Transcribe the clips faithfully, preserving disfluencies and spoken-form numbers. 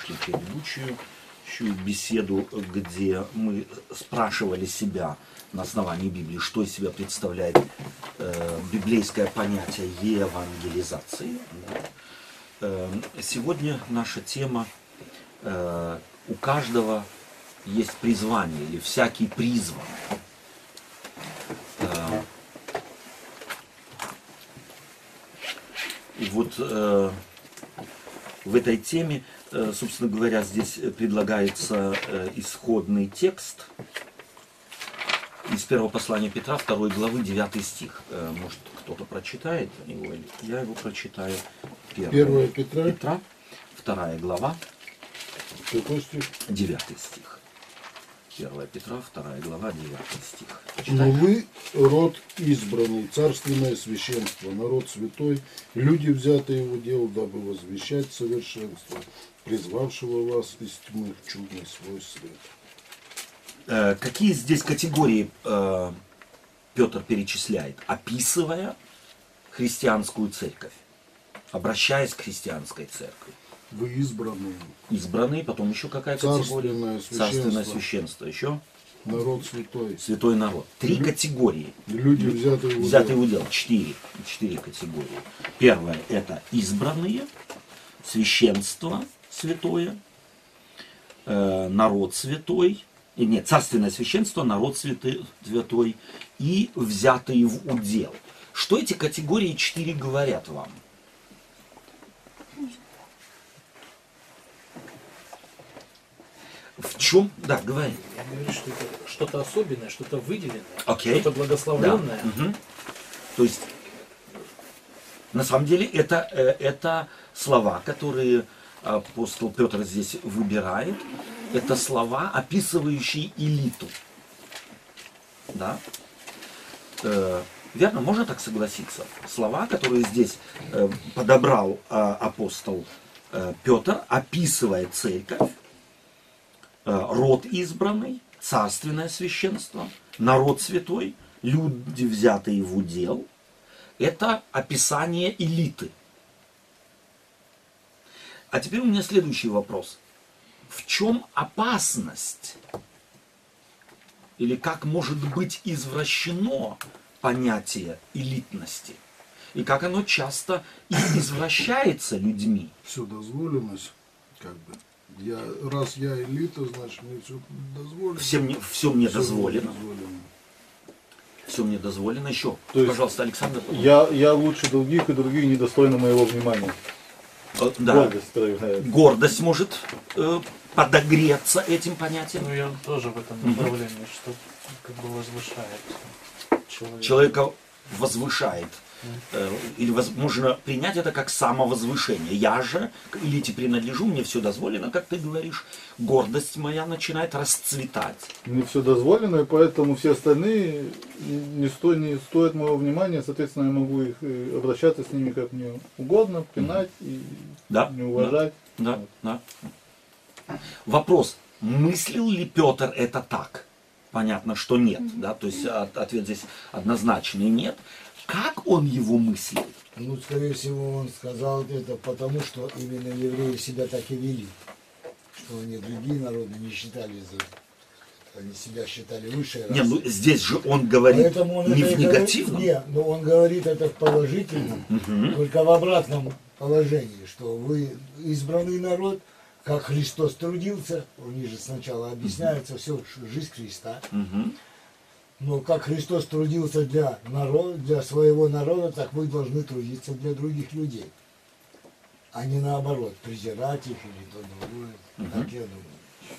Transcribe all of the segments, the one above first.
помните предыдущую беседу, где мы спрашивали себя на основании Библии, что из себя представляет э, библейское понятие евангелизации. Э, сегодня наша тема э, «У каждого есть призвание» или «Всякий призван». Э, и вот э, в этой теме, э, собственно говоря, здесь предлагается э, исходный текст из первого послания Петра, второй главы, девятый стих. Э, может, кто-то прочитает его? Я его прочитаю. первое Петра. Петра, вторая глава, Какой стих? девятый стих. первое Петра, вторая глава, девятый стих. Но Читай. вы род избранный, царственное священство, народ святой, люди, взятые его делу, дабы возвещать совершенство, призвавшего вас из тьмы в чудный свой свет. Э, какие здесь категории э, Петр перечисляет, описывая христианскую церковь, обращаясь к христианской церкви? Вы избранные, Избранные, потом еще какая категория? царственное священство, Царственное священство. Еще народ святой, святой народ. Три Лю- категории. люди, взятые его Взятый делу. удел. Четыре. Четыре категории. Первое – это избранные, священство святое, э, народ святой, и нет, царственное священство, народ святой, святой и взятые в удел. Что эти категории четыре говорят вам? В чем? Да, говори. Я говорю, что это что-то особенное, что-то выделенное, Окей. что-то благословленное. Да. Мгм. То есть, на самом деле, это, э, это слова, которые апостол Петр здесь выбирает. Это слова, описывающие элиту. Да? Э, верно, можно так согласиться? Слова, которые здесь э, подобрал э, апостол э, Петр, описывая церковь, э, род избранный, царственное священство, народ святой, люди, взятые в удел, это описание элиты. А теперь у меня следующий вопрос. В чем опасность? Или как может быть извращено понятие элитности? И как оно часто и извращается людьми? Все дозволенность, как бы. Я, раз я элита, значит мне все дозволено. Всем мне, все мне Всё дозволено. дозволено. Все мне дозволено. Еще, То есть пожалуйста, Александр. Я, я лучше других, и другие недостойны моего внимания. Э, Да. Гордость проявляет. Гордость может э, подогреться этим понятием. Ну, я тоже в этом направлении, что как бы возвышает человека. Человека возвышает. Э, Или воз- можно принять это как самовозвышение. Я же к элите принадлежу, мне все дозволено, как ты говоришь. Гордость моя начинает расцветать. Мне все дозволено, и поэтому все остальные не, сто, не стоят моего внимания, соответственно, я могу их э, обращаться с ними как мне угодно, пинать и Да? не уважать. Да, да. Вопрос, мыслил ли Петр это так? Понятно, что нет, да, то есть от- ответ здесь однозначный нет. Как он его мыслил? Ну, скорее всего, он сказал это потому, что именно евреи себя так и вели. Что они другие народы не считали за... Они себя считали выше Не, расы. ну здесь же он говорит Поэтому он не это в и негативном. говорит- Нет, но он говорит это в положительном, Мгм. только в обратном положении, что вы избранный народ, как Христос трудился, у них же сначала объясняется все, жизнь Христа. Мгм. Но как Христос трудился для народа, для своего народа, так вы должны трудиться для других людей. А не наоборот, презирать их или то другое. Так я думаю.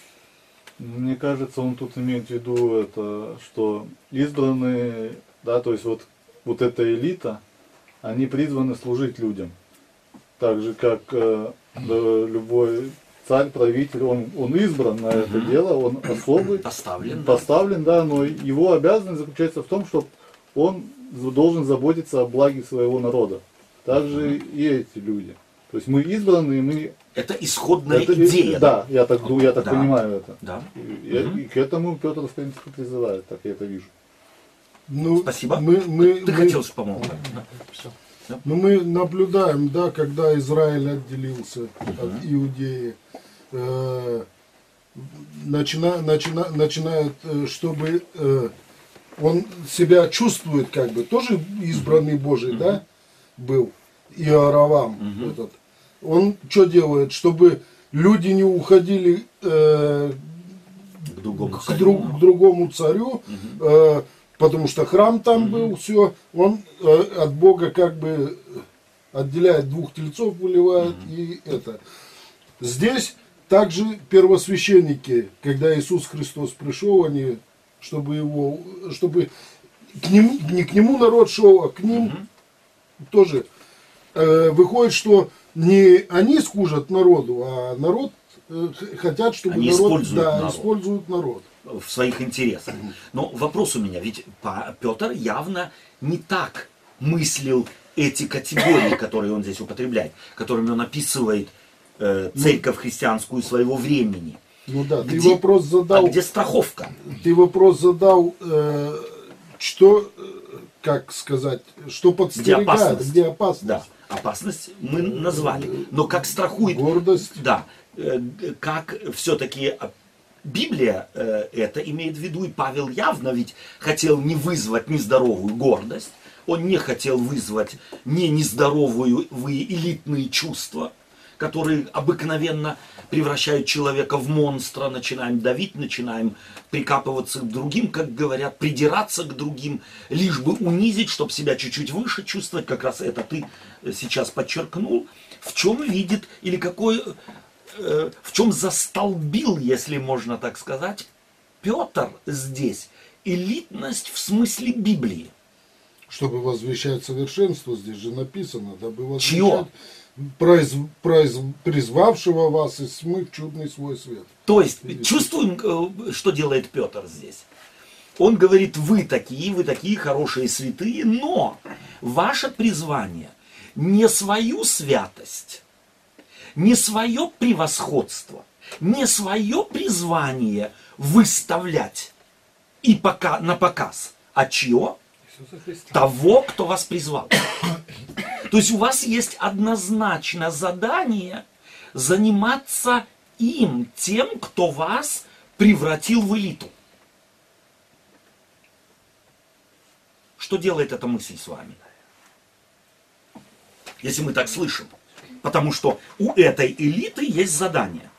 Мне кажется, он тут имеет в виду это, что избранные, да, то есть вот, вот эта элита, они призваны служить людям. Так же, как э, да, любой царь, правитель, он, он избран на это дело, он особый, Поставлен. да. поставлен, да, но его обязанность заключается в том, что он должен заботиться о благе своего народа. Также и эти люди. То есть мы избранные, мы... Это исходная это- идея. Да, я так, ду- я так Да. понимаю это. Да. И, и- и к этому Петр, в принципе, призывает, так я это вижу. Ну, Спасибо. Мы, мы, Ты мы- хотел, по-моему. да? Всё. Ну, мы наблюдаем, да, когда Израиль отделился от Иудеи, э, начина, начина, начинает, э, чтобы э, он себя чувствует, как бы, тоже избранный Божий, да, был, Иоравам этот. Он что делает, чтобы люди не уходили э, К другому к, царю. друг- к другому царю, э, потому что храм там был, все, он э, от Бога как бы отделяет двух тельцов, выливает и это. Здесь также первосвященники, когда Иисус Христос пришел, они, чтобы его, чтобы к нему, не к нему народ шел, а к ним тоже э, выходит, что не они служат народу, а народ э, х- хотят, чтобы Они народ, используют да, народ. используют народ. В своих интересах. Но вопрос у меня, ведь Па- Петр явно не так мыслил эти категории, которые он здесь употребляет, которыми он описывает э, церковь христианскую своего времени. Ну да, ты Где- вопрос задал. А где страховка? Ты вопрос задал, э, что, э, как сказать, что подстерегает, опасность? где опасность. Да, опасность мы назвали. Но как страхует... Гордость. Да, э, как все-таки Библия э, это имеет в виду, и Павел явно ведь хотел не вызвать нездоровую гордость, он не хотел вызвать не нездоровую вы элитные чувства, которые обыкновенно превращают человека в монстра, начинаем давить, начинаем прикапываться к другим, как говорят, придираться к другим, лишь бы унизить, чтобы себя чуть-чуть выше чувствовать, как раз это ты сейчас подчеркнул, в чем видит, или какой, э, в чем застолбил, если можно так сказать, Петр здесь элитность в смысле Библии. Чтобы возвещать совершенство, здесь же написано, дабы возвещать Чье? произ, произ, призвавшего вас из тьмы в чудный свой свет. То есть, чувствуем, э, что делает Петр здесь. Он говорит, вы такие, вы такие хорошие святые, но ваше призвание не свою святость, не свое превосходство, не свое призвание выставлять и пока, на показ, а чье? Того, кто вас призвал. То есть у вас есть однозначно задание заниматься им, тем, кто вас превратил в элиту. Что делает эта мысль с вами? Если мы так слышим. Потому что у этой элиты есть задание.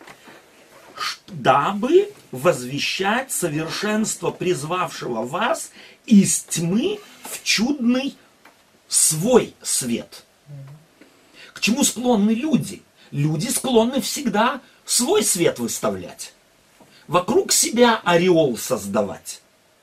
Дабы возвещать совершенство призвавшего вас из тьмы в чудный свой свет. К чему склонны люди? Люди склонны всегда свой свет выставлять. Вокруг себя ореол создавать.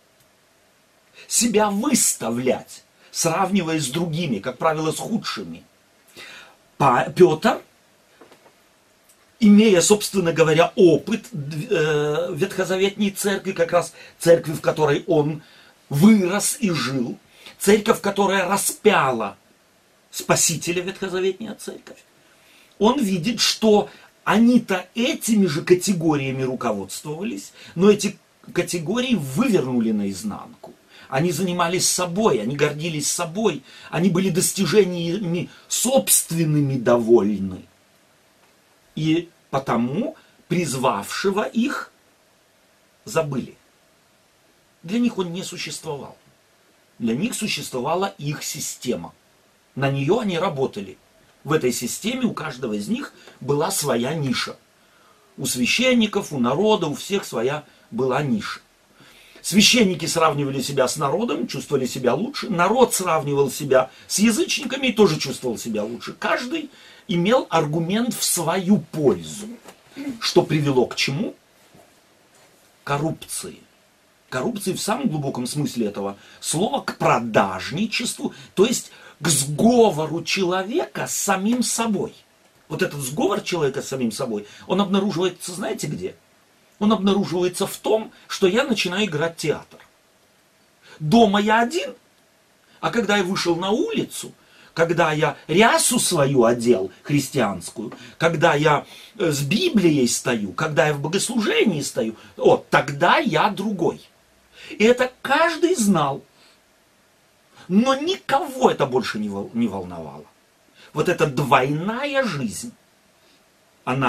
Себя выставлять, сравнивая с другими, как правило, с худшими. Петр, имея, собственно говоря, опыт э, ветхозаветней церкви, как раз церкви, в которой он вырос и жил, церковь, которая распяла Спасителя, ветхозаветная церковь, он видит, что они-то этими же категориями руководствовались, но эти категории вывернули наизнанку. Они занимались собой, они гордились собой, они были достижениями собственными довольны. И потому призвавшего их забыли. Для них он не существовал. Для них существовала их система. На нее они работали. В этой системе у каждого из них была своя ниша. У священников, у народа, у всех своя была ниша. Священники сравнивали себя с народом, чувствовали себя лучше. Народ сравнивал себя с язычниками и тоже чувствовал себя лучше. Каждый имел аргумент в свою пользу. Что привело к чему? Коррупции. Коррупции в самом глубоком смысле этого слова, к продажничеству, то есть к сговору человека с самим собой. Вот этот сговор человека с самим собой, он обнаруживается, знаете где? Он обнаруживается в том, что я начинаю играть театр. Дома я один, а когда я вышел на улицу, когда я рясу свою одел, христианскую, когда я с Библией стою, когда я в богослужении стою, вот тогда я другой. И это каждый знал. Но никого это больше не волновало. Вот эта двойная жизнь, она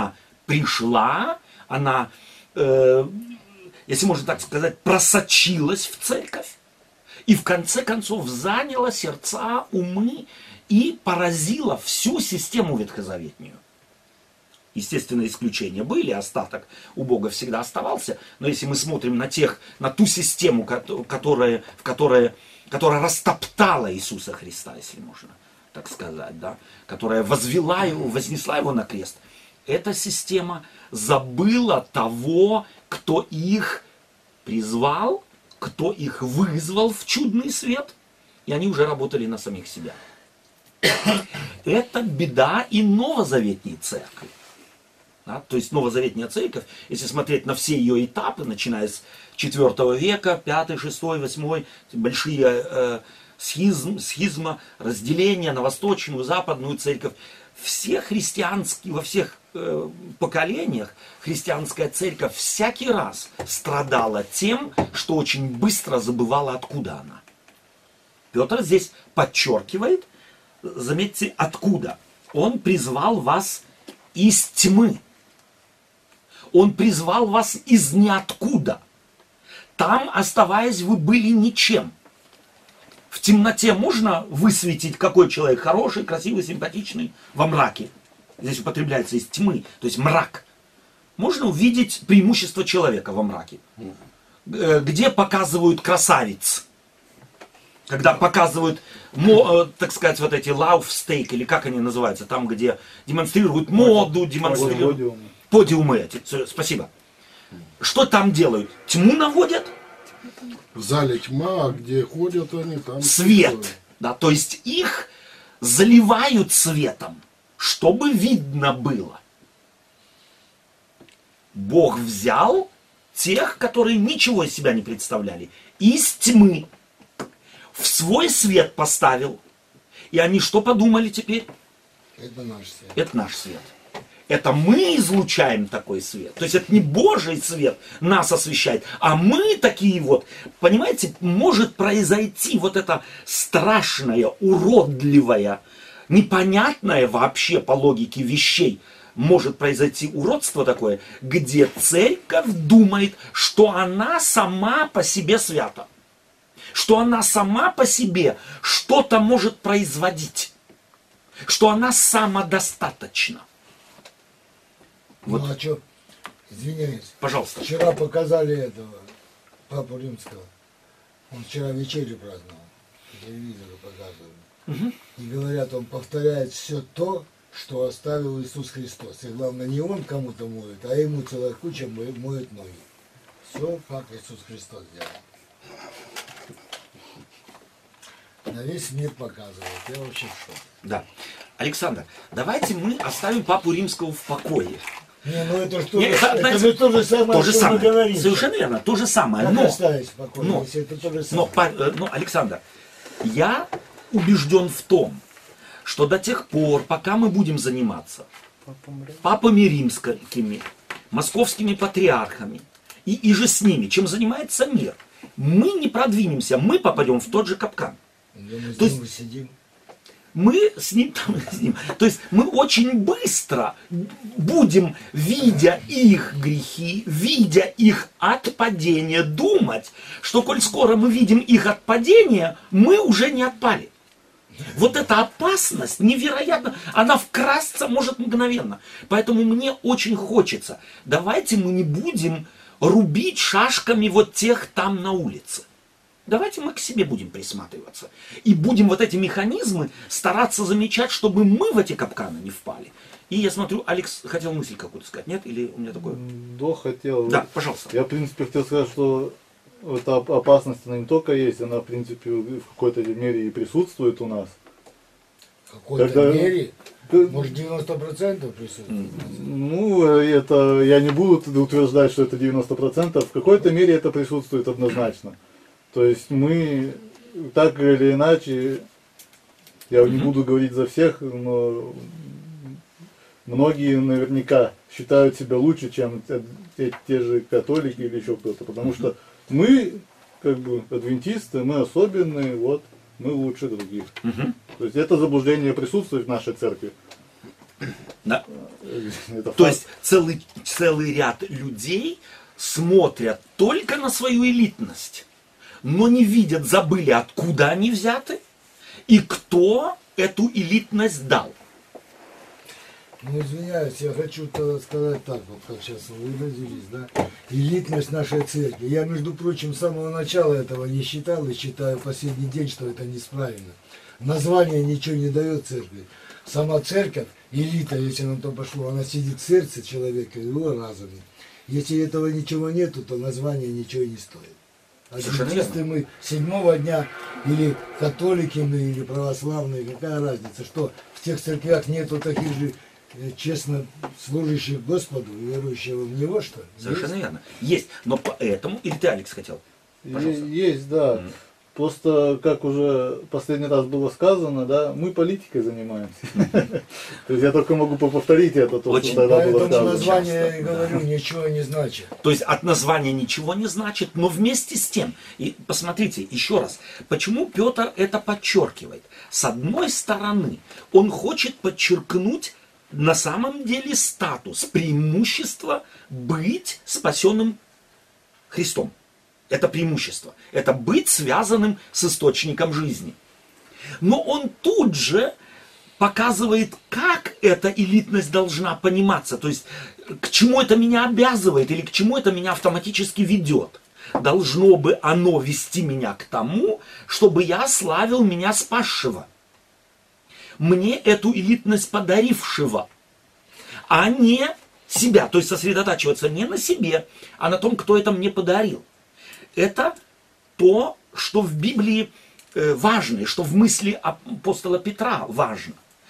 пришла, она, э, если можно так сказать, просочилась в церковь и в конце концов заняла сердца, умы и поразила всю систему ветхозаветную. Естественно, исключения были, остаток у Бога всегда оставался, но если мы смотрим на тех, на ту систему, которая, в которой, которая растоптала Иисуса Христа, если можно так сказать, да, которая возвела его, вознесла его на крест, эта система забыла того, кто их призвал, кто их вызвал в чудный свет, и они уже работали на самих себя. Это беда и новозаветней церкви. Да? То есть новозаветная церковь, если смотреть на все ее этапы, начиная с четвёртого века, пятый, шестой, восьмой, большие э, схизм, схизма, разделения на восточную, западную церковь, все христианские, во всех э, поколениях христианская церковь всякий раз страдала тем, что очень быстро забывала, откуда она. Петр здесь подчеркивает, заметьте, откуда. Он призвал вас из тьмы. Он призвал вас из ниоткуда. Там, оставаясь, вы были ничем. В темноте можно высветить, какой человек хороший, красивый, симпатичный во мраке. Здесь употребляется из тьмы, то есть мрак. Можно увидеть преимущество человека во мраке. Где показывают красавиц. Когда показывают, так сказать, вот эти лауфстейк, или как они называются, там, где демонстрируют моду, демонстрируют... Подиумы. Подиумы эти, спасибо. Что там делают? Тьму наводят? В зале тьма, а где ходят они, там... Свет. Да, то есть их заливают светом, чтобы видно было. Бог взял тех, которые ничего из себя не представляли, из тьмы в свой свет поставил. И они что подумали теперь? Это наш свет. Это наш свет. Это мы излучаем такой свет. То есть это не Божий свет нас освещает, а мы такие вот. Понимаете, может произойти вот это страшное, уродливое, непонятное вообще по логике вещей, может произойти уродство такое, где церковь думает, что она сама по себе свята. Что она сама по себе что-то может производить. Что она самодостаточна. Ну Вот. а что? Извиняюсь. Пожалуйста. Вчера показали этого Папу Римского. Он вчера вечерю праздновал. По телевизору показывали. Угу. И говорят, он повторяет все то, что оставил Иисус Христос. И главное, не он кому-то моет, а ему целая куча моет ноги. Все, как Иисус Христос сделал. На весь мир показывает. Я вообще в шоке. Да. Александр, давайте мы оставим Папу Римского в покое. Не, ну это что, Не, это, знаете, же то же самое, то же что самое. мы говорим. Совершенно верно, то же самое. Как Но, оставить спокойно, но, если это то же но, самое? па- но, Александр, я убежден в том, что до тех пор, пока мы будем заниматься папами римскими, московскими патриархами и, и же с ними, чем занимается мир, мы не продвинемся, мы попадем в тот же капкан. Да мы То есть- здесь сидим. Мы с ним там с ним. То есть мы очень быстро будем, видя их грехи, видя их отпадение, думать, что коль скоро мы видим их отпадение, мы уже не отпали. Вот эта опасность невероятно, она вкрасться может мгновенно. Поэтому мне очень хочется, давайте мы не будем рубить шашками вот тех там на улице. Давайте мы к себе будем присматриваться. И будем вот эти механизмы стараться замечать, чтобы мы в эти капканы не впали. И я смотрю, Алекс хотел мысль какую-то сказать, нет? Или у меня такое? Да, хотел. Да, пожалуйста. Я, в принципе, хотел сказать, что эта опасность, она не только есть, она, в принципе, в какой-то мере и присутствует у нас. В какой-то Когда- мере, К- может девяносто процентов присутствует. Ну, это я не буду утверждать, что это девяносто процентов. В какой-то мере это присутствует однозначно. То есть мы так или иначе, я не буду говорить за всех, но многие наверняка считают себя лучше, чем те, те же католики или еще кто-то. Потому что мы, как бы, адвентисты, мы особенные, вот, мы лучше других. Мгм. То есть это заблуждение присутствует в нашей церкви. Да. Это То факт. есть целый, целый ряд людей смотрят только на свою элитность, но не видят, забыли, откуда они взяты и кто эту элитность дал. Ну, извиняюсь, я хочу тогда сказать так, вот как сейчас вы выразились, да, элитность нашей церкви. Я, между прочим, с самого начала этого не считал и считаю последний день, что это неправильно. Название ничего не дает церкви. Сама церковь, элита, если на то пошло, она сидит в сердце человека, в его разуме. Если этого ничего нету, то название ничего не стоит. Адвентисты мы седьмого дня, или католики мы, или православные, какая разница, что в тех церквях нету таких же э, честно служащих Господу и верующего в Него, что ли? Совершенно Есть? верно. Есть. Но поэтому... Или ты, Алекс, хотел? Пожалуйста. Е- Есть, да. Мгм. Просто, как уже последний раз было сказано, да, мы политикой занимаемся. То есть я только могу повторить это, то, Очень. что тогда было Поэтому сказано. название, я часто, говорю, да. ничего не значит. То есть от названия ничего не значит, но вместе с тем, и посмотрите еще раз, почему Петр это подчеркивает. С одной стороны, он хочет подчеркнуть на самом деле статус, преимущество быть спасенным Христом. Это преимущество. Это быть связанным с источником жизни. Но он тут же показывает, как эта элитность должна пониматься. То есть, к чему это меня обязывает или к чему это меня автоматически ведет. Должно бы оно вести меня к тому, чтобы я славил меня спасшего. Мне эту элитность подарившего, а не себя. То есть сосредотачиваться не на себе, а на том, кто это мне подарил. Это то, что в Библии э, важно, и что в мысли апостола Петра важно.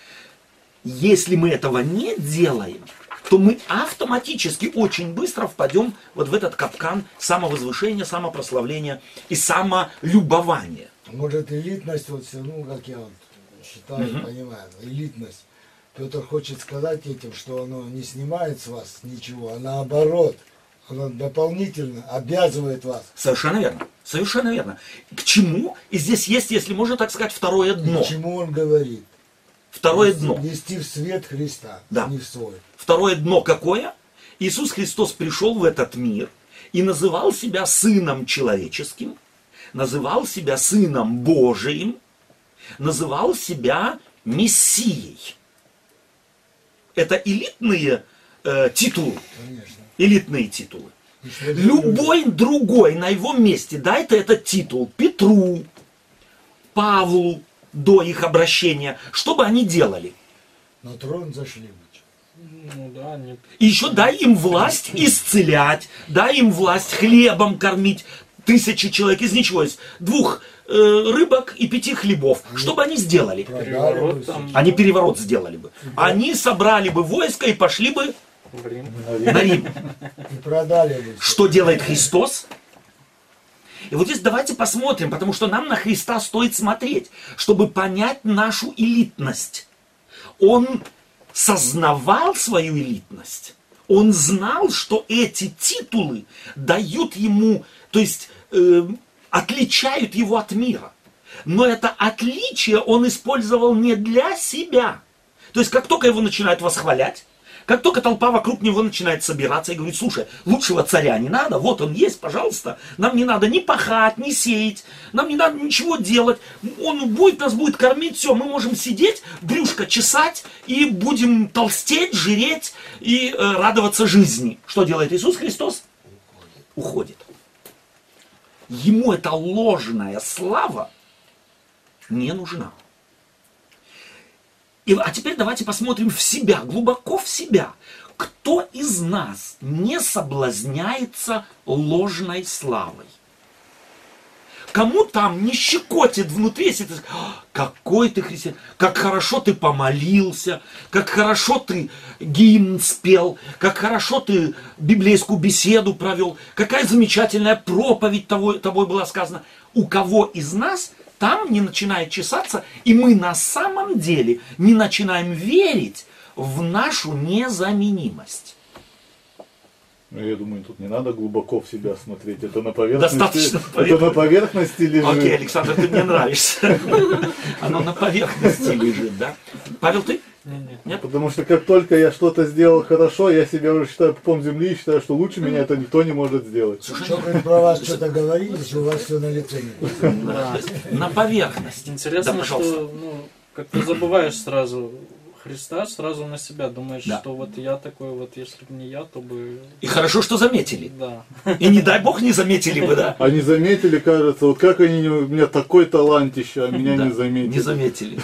Если мы этого не делаем, то мы автоматически очень быстро впадем вот в этот капкан самовозвышения, самопрославления и самолюбования. Может, элитность, вот все, ну, как я вот считаю, Мгм. понимаю, элитность. Петр хочет сказать этим, что оно не снимает с вас ничего, а наоборот, оно дополнительно обязывает вас. Совершенно верно. Совершенно верно. К чему? И здесь есть, если можно так сказать, второе дно. К чему он говорит? Второе Нести- дно. Нести в свет Христа, Да. не в свой. Второе дно какое? Иисус Христос пришел в этот мир и называл себя Сыном Человеческим, называл себя Сыном Божиим, называл себя Мессией. Это элитные э, титулы. Конечно. Элитные титулы. И что же Любой другой на его месте, дай-то этот титул Петру, Павлу до их обращения, что бы они делали? люди на трон зашли быть. Ну да, не... И еще дай им власть исцелять, дай им власть хлебом кормить тысячи человек из ничего, из двух э, рыбок и пяти хлебов. Что бы они сделали? Продали Переворот бы там. Они переворот сделали бы. Они собрали бы войско и пошли бы Блин. на Рим. и продали бы. Что делает Христос? И вот здесь давайте посмотрим, потому что нам на Христа стоит смотреть, чтобы понять нашу элитность. Он сознавал свою элитность. Он знал, что эти титулы дают ему, то есть э, отличают его от мира. Но это отличие он использовал не для себя. То есть как только его начинают восхвалять, как только толпа вокруг него начинает собираться и говорит: слушай, лучшего царя не надо, вот он есть, пожалуйста, нам не надо ни пахать, ни сеять, нам не надо ничего делать, он будет, нас будет кормить, все, мы можем сидеть, брюшко чесать и будем толстеть, жиреть и э, радоваться жизни. Что делает Иисус Христос? Уходит. Ему эта ложная слава не нужна. И, а теперь давайте посмотрим в себя, глубоко в себя. Кто из нас не соблазняется ложной славой? Кому там не щекотит внутри, если ты скажешь: какой ты христианин, как хорошо ты помолился, как хорошо ты гимн спел, как хорошо ты библейскую беседу провел, какая замечательная проповедь тобой, тобой была сказана. У кого из нас там не начинает чесаться, и мы на самом деле не начинаем верить в нашу незаменимость. Ну, я думаю, тут не надо глубоко в себя смотреть. Это на поверхности. Достаточно Это на поверхности лежит. Окей, Александр, ты мне нравишься. Оно на поверхности лежит, да? Павел, ты? Не, нет. Нет? Потому что как только я что-то сделал хорошо, я себя уже считаю пупом земли и считаю, что лучше меня это никто не может сделать. Что мы про вас что-то говорили, если у вас все на лице не было. То есть на поверхности. Интересно, Да, пожалуйста. что ну, как ты забываешь сразу Христа, сразу на себя. Думаешь, Да. что вот я такой, вот если бы не я, то бы... И хорошо, что заметили. Да. И не дай бог не заметили бы, да? Они заметили, кажется, вот как они, не- у меня такой талантище, а меня Да, не заметили. Не заметили.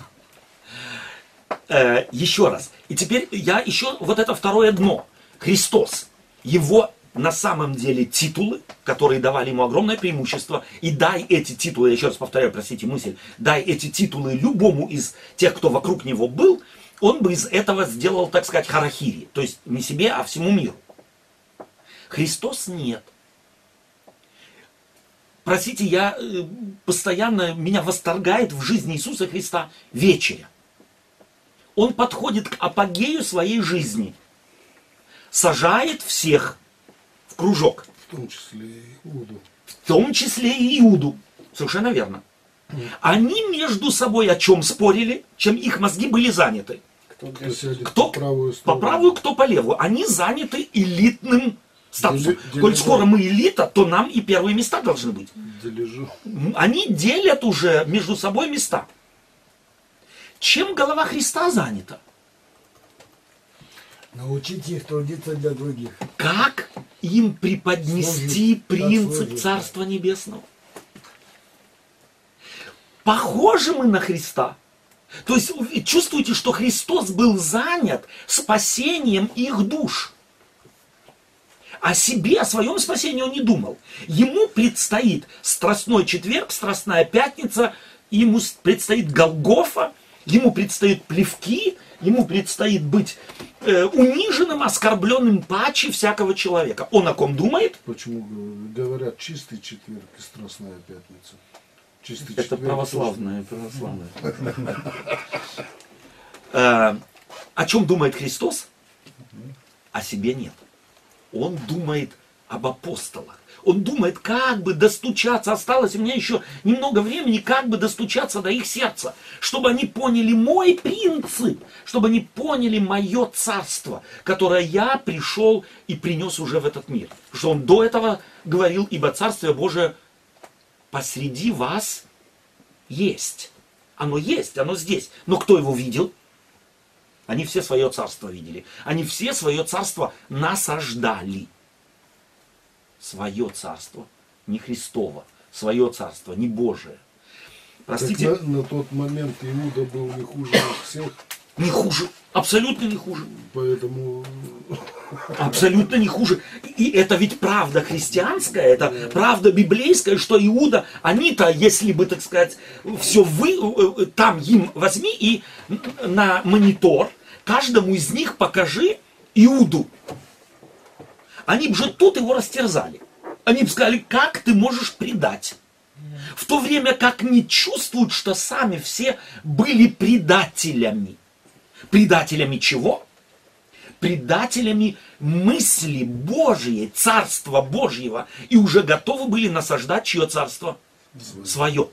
Э, Еще раз. И теперь я еще вот это второе дно. Христос. Его на самом деле титулы, которые давали ему огромное преимущество. И дай эти титулы, я еще раз повторяю, простите мысль, дай эти титулы любому из тех, кто вокруг него был, он бы из этого сделал, так сказать, харахири. То есть не себе, а всему миру. Христос нет. Простите, я э, постоянно, меня восторгает в жизни Иисуса Христа вечеря. Он подходит к апогею своей жизни, сажает всех в кружок, В том числе и Иуду. в том числе и Иуду. Совершенно верно. Они между собой о чем спорили, чем их мозги были заняты. Кто Кто где... сядет Кто по правую по сторону. правую, кто по левую. Они заняты элитным статусом. Дели- Коль дележом. скоро мы элита, то нам и первые места должны быть. Дележу. Они делят уже между собой места. Чем голова Христа занята? Научите их трудиться для других. Как им преподнести Служить, принцип как служить, Царства Небесного? Похожи мы на Христа. То есть вы чувствуете, что Христос был занят спасением их душ. О себе, о своем спасении он не думал. Ему предстоит Страстной четверг, Страстная пятница, ему предстоит Голгофа, ему предстоит плевки, ему предстоит быть э, униженным, оскорбленным паче всякого человека. Он о ком думает? Почему говорят чистый четверг и страстная пятница? Чистый Это четверг православное, православное. Э, О чем думает Христос? О себе нет. Он думает об апостолах. Он думает, как бы достучаться, осталось у меня еще немного времени, как бы достучаться до их сердца, чтобы они поняли мой принцип, чтобы они поняли мое царство, которое я пришел и принес уже в этот мир. Потому что он до этого говорил, ибо Царствие Божие посреди вас есть. Оно есть, оно здесь. Но кто его видел? Они все свое царство видели. Они все свое царство насаждали. Свое царство, не Христово. Свое царство, не Божие. Простите, Так на, на тот момент Иуда был не хуже всех, не хуже. Абсолютно не хуже. поэтому Абсолютно не хуже. И это ведь правда христианская, это правда библейская, что Иуда, они-то, если бы, так сказать, все вы, там им возьми и на монитор каждому из них покажи Иуду. Они бы же тут его растерзали. Они бы сказали, как ты можешь предать? В то время как не чувствуют, что сами все были предателями. Предателями чего? Предателями мысли Божьей, Царства Божьего. И уже готовы были насаждать чье царство? Свое.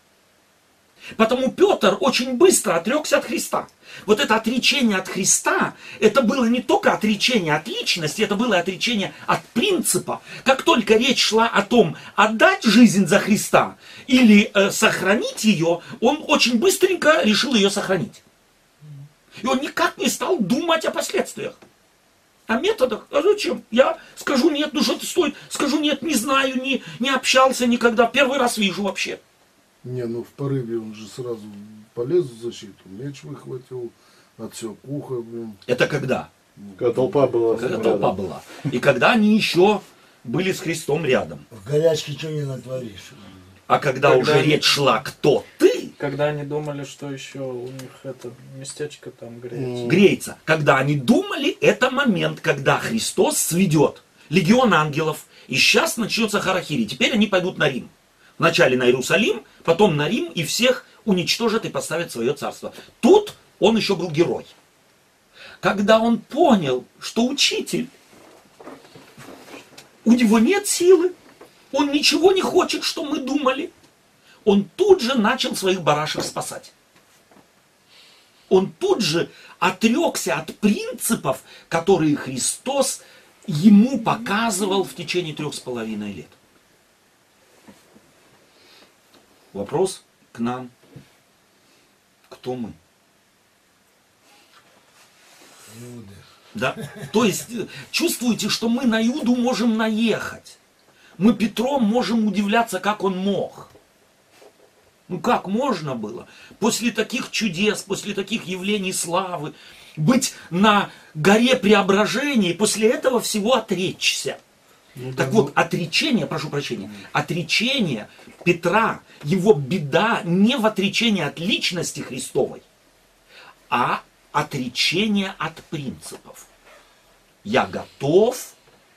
Потому Петр очень быстро отрекся от Христа. Вот это отречение от Христа, это было не только отречение от личности, это было отречение от принципа. Как только речь шла о том, отдать жизнь за Христа или э, сохранить ее, он очень быстренько решил ее сохранить. И он никак не стал думать о последствиях. О методах. А зачем? Я скажу нет, ну что ты стой, скажу нет, не знаю, не, не общался никогда, первый раз вижу вообще. не, ну в порыве он же сразу полез в защиту, меч выхватил, отсек ухо, блин. Это когда? Когда толпа была с Когда ним толпа рядом. была. И когда они еще были с Христом рядом. В горячке что не натворишь. А когда, Когда уже они- речь шла, кто ты, Когда они думали, что еще у них это местечко там греется. греется. Когда они думали, это момент, когда Христос сведет легион ангелов, и сейчас начнется харахири. Теперь они пойдут на Рим. Вначале на Иерусалим, потом на Рим, и всех уничтожат и поставят свое царство. Тут он еще был герой. Когда он понял, что учитель, у него нет силы, он ничего не хочет, что мы думали, он тут же начал своих барашек спасать. Он тут же отрекся от принципов, которые Христос ему показывал в течение трех с половиной лет. Вопрос к нам. Кто мы? Иуды. Да? То есть чувствуете, что мы на Иуду можем наехать. Мы Петром можем удивляться, как он мог. Ну как можно было после таких чудес, после таких явлений славы, быть на горе преображения и после этого всего отречься? Ну, Так да, вот, ну, отречение, прошу прощения, отречение Петра, его беда не в отречении от личности Христовой, а отречение от принципов. Я готов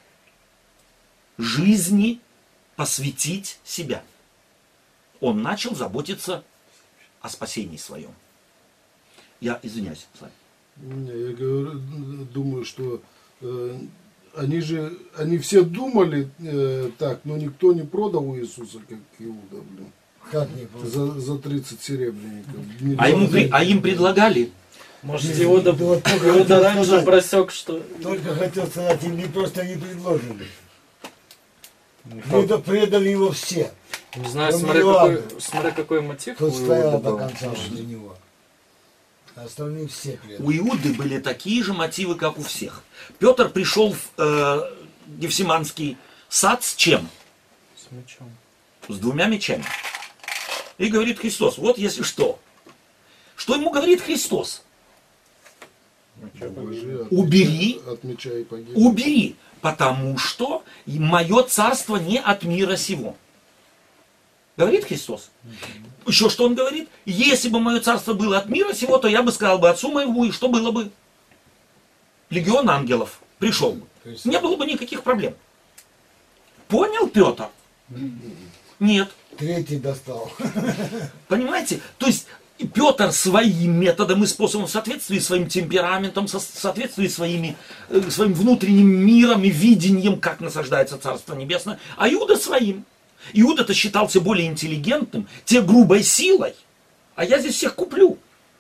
жизни посвятить себя. Он начал заботиться о спасении своем. Я извиняюсь, Славик. Не, я говорю, думаю, что э, они же, они все думали э, так, но никто не продал Иисуса, как Иуда, блин, Как не просто? за, за тридцать серебряников. Не А, ему, продали. при- а им предлагали. Может, Не, Иуда, ну, вот только Иуда хотел раньше сказать. просек, что... Только хотел сказать, им не просто не предложили. Ну, Преда- Предали его все, Не знаю, Ну, смотря Иоанн. какой, смотря какой мотив у кто стоял Иуды до был. конца возле него. Остальные все предали. У Иуды были такие же мотивы, как у всех. Петр пришел в э, Гефсиманский сад с чем? С мечом. С двумя мечами. И говорит Христос, вот если что. Что ему говорит Христос? Божий, от Убери. меча- От меча и погиб. Убери, потому что мое царство не от мира сего. Говорит Христос. Еще что он говорит? Если бы мое царство было от мира сего, то я бы сказал бы отцу моему, и что было бы? Легион ангелов пришел бы. Не было бы никаких проблем. Понял, Петр? Нет. Третий достал. Понимаете? То есть Петр своим методом и способом, в соответствии с своим темпераментом, со- в соответствии с своими, э, своим внутренним миром и видением, как насаждается Царство Небесное, а Иуда своим. Иуда-то считался более интеллигентным, те грубой силой, а я здесь всех куплю.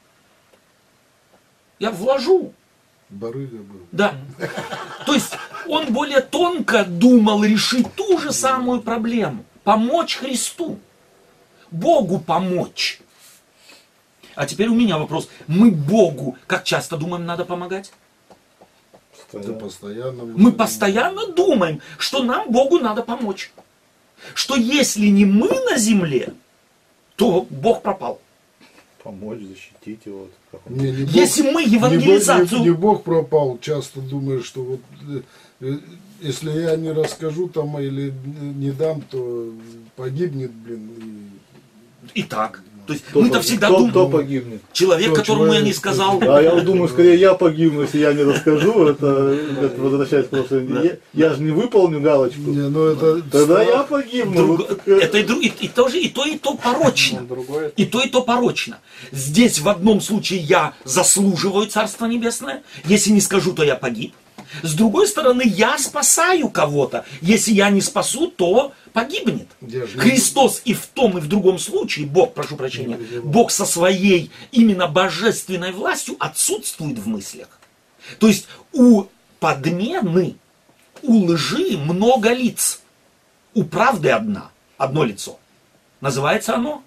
Я вложу. Барыга был. Да. То есть он более тонко думал решить ту же самую проблему. Помочь Христу. Богу помочь. А теперь у меня вопрос. Мы Богу как часто думаем, надо помогать? Это постоянно. Мы постоянно думаем, что нам Богу надо помочь. Что если не мы на земле, то Бог пропал. Помочь, защитить его. Как он- Не, не Бог- Если мы не Бог- евангелизацию... Не, не Бог пропал, часто думаешь, что вот э, э, если я не расскажу там или не дам, то погибнет, блин. И так. То есть Кто мы-то погиб- всегда кто, думаем. кто погибнет? Человек, Кто которому я человек, не сказал... А я вот думаю, скорее я погибну, если я не расскажу. Это, это возвращаясь к прошлому. Я, я же не выполню И, галочку. не, ну это Тогда я страх. погибну. Друг- Вот такая- Это и, дру- и, и тоже, и то, и то порочно. Ну, другое. И то, и то порочно. Здесь в одном случае я заслуживаю Царство Небесное. Если не скажу, то я погиб. С другой стороны, я спасаю кого-то. Если я не спасу, то погибнет. Я же не- Христос и в том, и в другом случае, Бог, прошу прощения, Бог со своей именно божественной властью отсутствует в мыслях. То есть у подмены, у лжи много лиц. У правды одна, одно лицо. Называется оно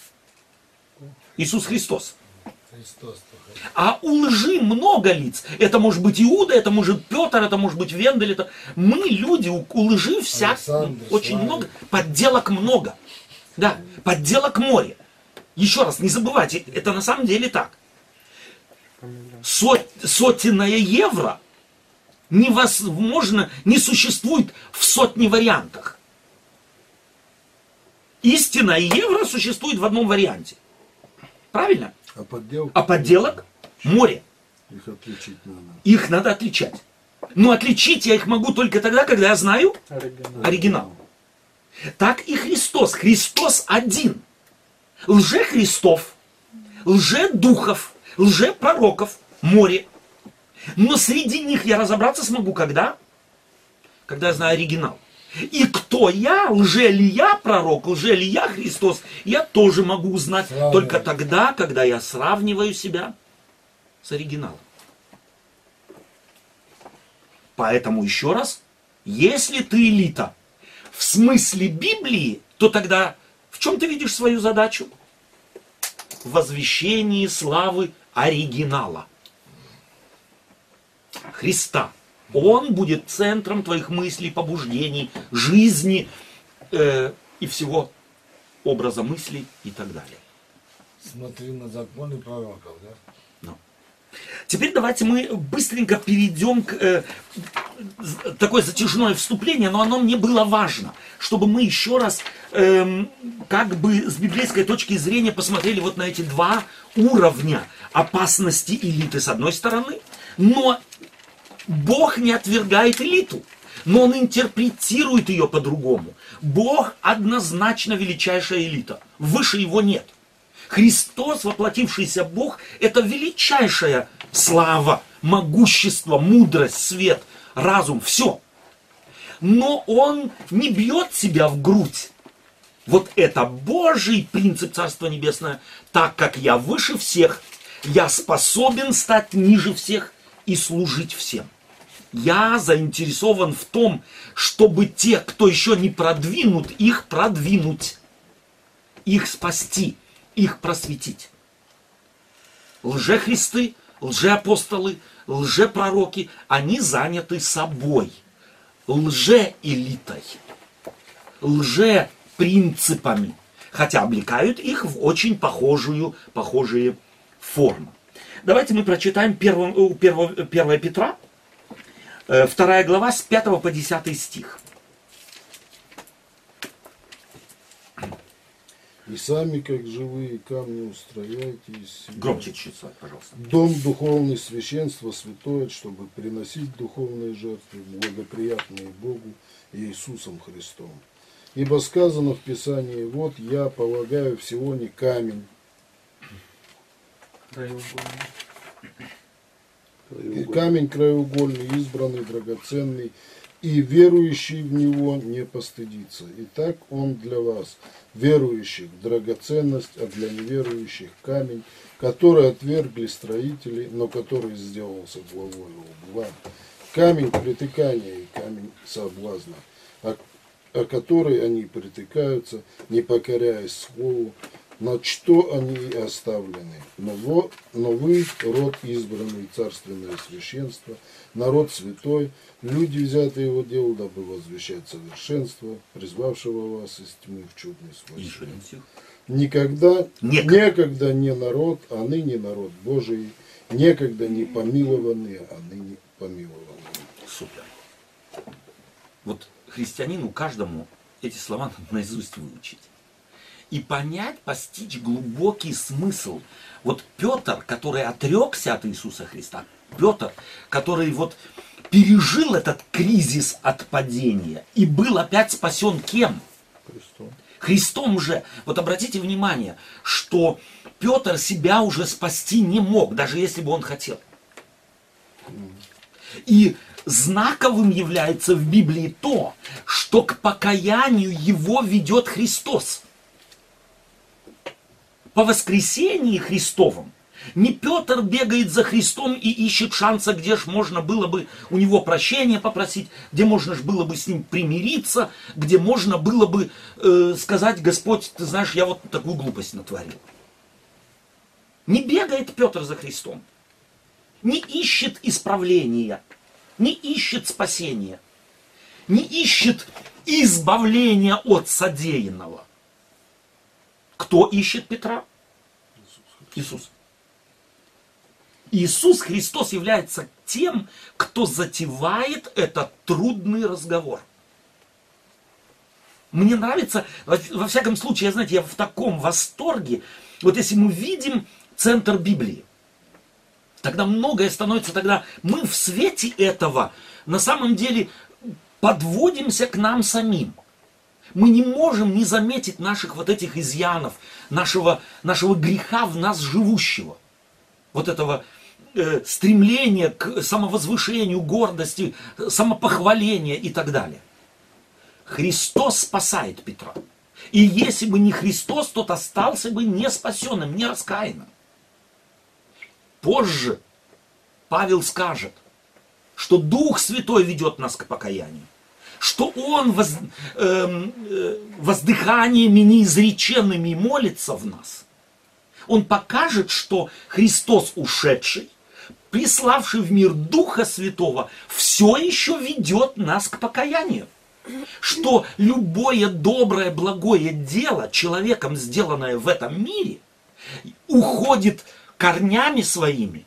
Иисус Христос. Христос только. А у лжи много лиц. Это может быть Иуда, это может Петр, это может быть Вендель. Это... Мы люди, у, у лжи вся Александр, очень Славик. много. Подделок много. Да, подделок море. Еще раз, не забывайте, это на самом деле так. Сот, сотенное евро невозможно, не существует в сотне вариантах. Истинное евро существует в одном варианте. Правильно? А подделка? А подделок море. Их отличить надо. Их надо отличать. Но отличить я их могу только тогда, когда я знаю Оригинал. оригинал. Так и Христос. Христос один. Лже-Христов, лже-духов, лже-пророков, море. Но среди них я разобраться смогу когда? Когда я знаю оригинал. И кто я, лже ли я пророк, лже ли я Христос, я тоже могу узнать Сравнивать. только тогда, когда я сравниваю себя с оригиналом. Поэтому еще раз, если ты элита в смысле Библии, то тогда в чем ты видишь свою задачу? В возвещении славы оригинала. Христа. Он будет центром твоих мыслей, побуждений, жизни э, и всего образа мыслей и так далее. Смотри на законы пророков, да? Ну. Теперь давайте мы быстренько перейдем к э, такое затяжное вступление, но оно мне было важно, чтобы мы еще раз э, как бы с библейской точки зрения посмотрели вот на эти два уровня опасности элиты с одной стороны, но Бог не отвергает элиту, но Он интерпретирует ее по-другому. Бог однозначно величайшая элита, выше его нет. Христос, воплотившийся Бог, это величайшая слава, могущество, мудрость, свет, разум, все. Но Он не бьет себя в грудь. Вот это Божий принцип Царства Небесное. Так как я выше всех, я способен стать ниже всех и служить всем. Я заинтересован в том, чтобы те, кто еще не продвинут, их продвинуть, их спасти, их просветить. Лжехристы, лжеапостолы, лжепророки, они заняты собой, лжеэлитой, лжепринципами, хотя облекают их в очень похожую, похожие формы. Давайте мы прочитаем первое Петра, вторая глава, с пятого по десятый стих. И сами, как живые камни, устрояйте из себя Громче чуть-чуть, Слава, пожалуйста. дом духовный, священство святое, чтобы приносить духовные жертвы, благоприятные Богу и Иисусом Христом. Ибо сказано в Писании: вот я полагаю в Сионе камень, Краеугольный. и камень краеугольный, избранный, драгоценный, и верующий в него не постыдится. Итак, он для вас, верующих, драгоценность, а для неверующих камень, который отвергли строители, но который сделался главою угла. Камень притыкания и камень соблазна, о, о который они притыкаются, не покоряясь слову, на что они и оставлены. Но, во, но вы, род избранный, царственное священство, народ святой, люди, взятые его делу, дабы возвещать совершенство, призвавшего вас из тьмы в чудный свой Еще свет. один стих. Никогда, Некогда. некогда не народ, а ныне народ Божий, некогда не помилованные, а ныне помилованные. Супер. Вот христианину каждому эти слова надо наизусть выучить. И понять, постичь глубокий смысл. Вот Петр, который отрекся от Иисуса Христа, Петр, который вот пережил этот кризис от падения и был опять спасен кем? Христом. Христом же. Вот обратите внимание, что Петр себя уже спасти не мог, даже если бы он хотел. И знаковым является в Библии то, что к покаянию его ведет Христос. По воскресении Христовом не Петр бегает за Христом и ищет шанса, где ж можно было бы у него прощения попросить, где можно ж было бы с ним примириться, где можно было бы э, сказать: Господь, ты знаешь, я вот такую глупость натворил. Не бегает Петр за Христом, не ищет исправления, не ищет спасения, не ищет избавления от содеянного. Кто ищет Петра? Иисус. Иисус Христос является тем, кто затевает этот трудный разговор. Мне нравится, во, во всяком случае, я, знаете, я в таком восторге, вот если мы видим центр Библии, тогда многое становится, тогда мы в свете этого на самом деле подводимся к нам самим. Мы не можем не заметить наших вот этих изъянов, нашего, нашего греха в нас живущего. Вот этого э, стремления к самовозвышению, гордости, самопохваления и так далее. Христос спасает Петра. И если бы не Христос, тот остался бы не спасенным, не раскаянным. Позже Павел скажет, что Дух Святой ведет нас к покаянию, что Он воз, э, э, воздыханиями неизреченными молится в нас. Он покажет, что Христос ушедший, приславший в мир Духа Святого, все еще ведет нас к покаянию. Что любое доброе, благое дело, человеком сделанное в этом мире, уходит корнями своими.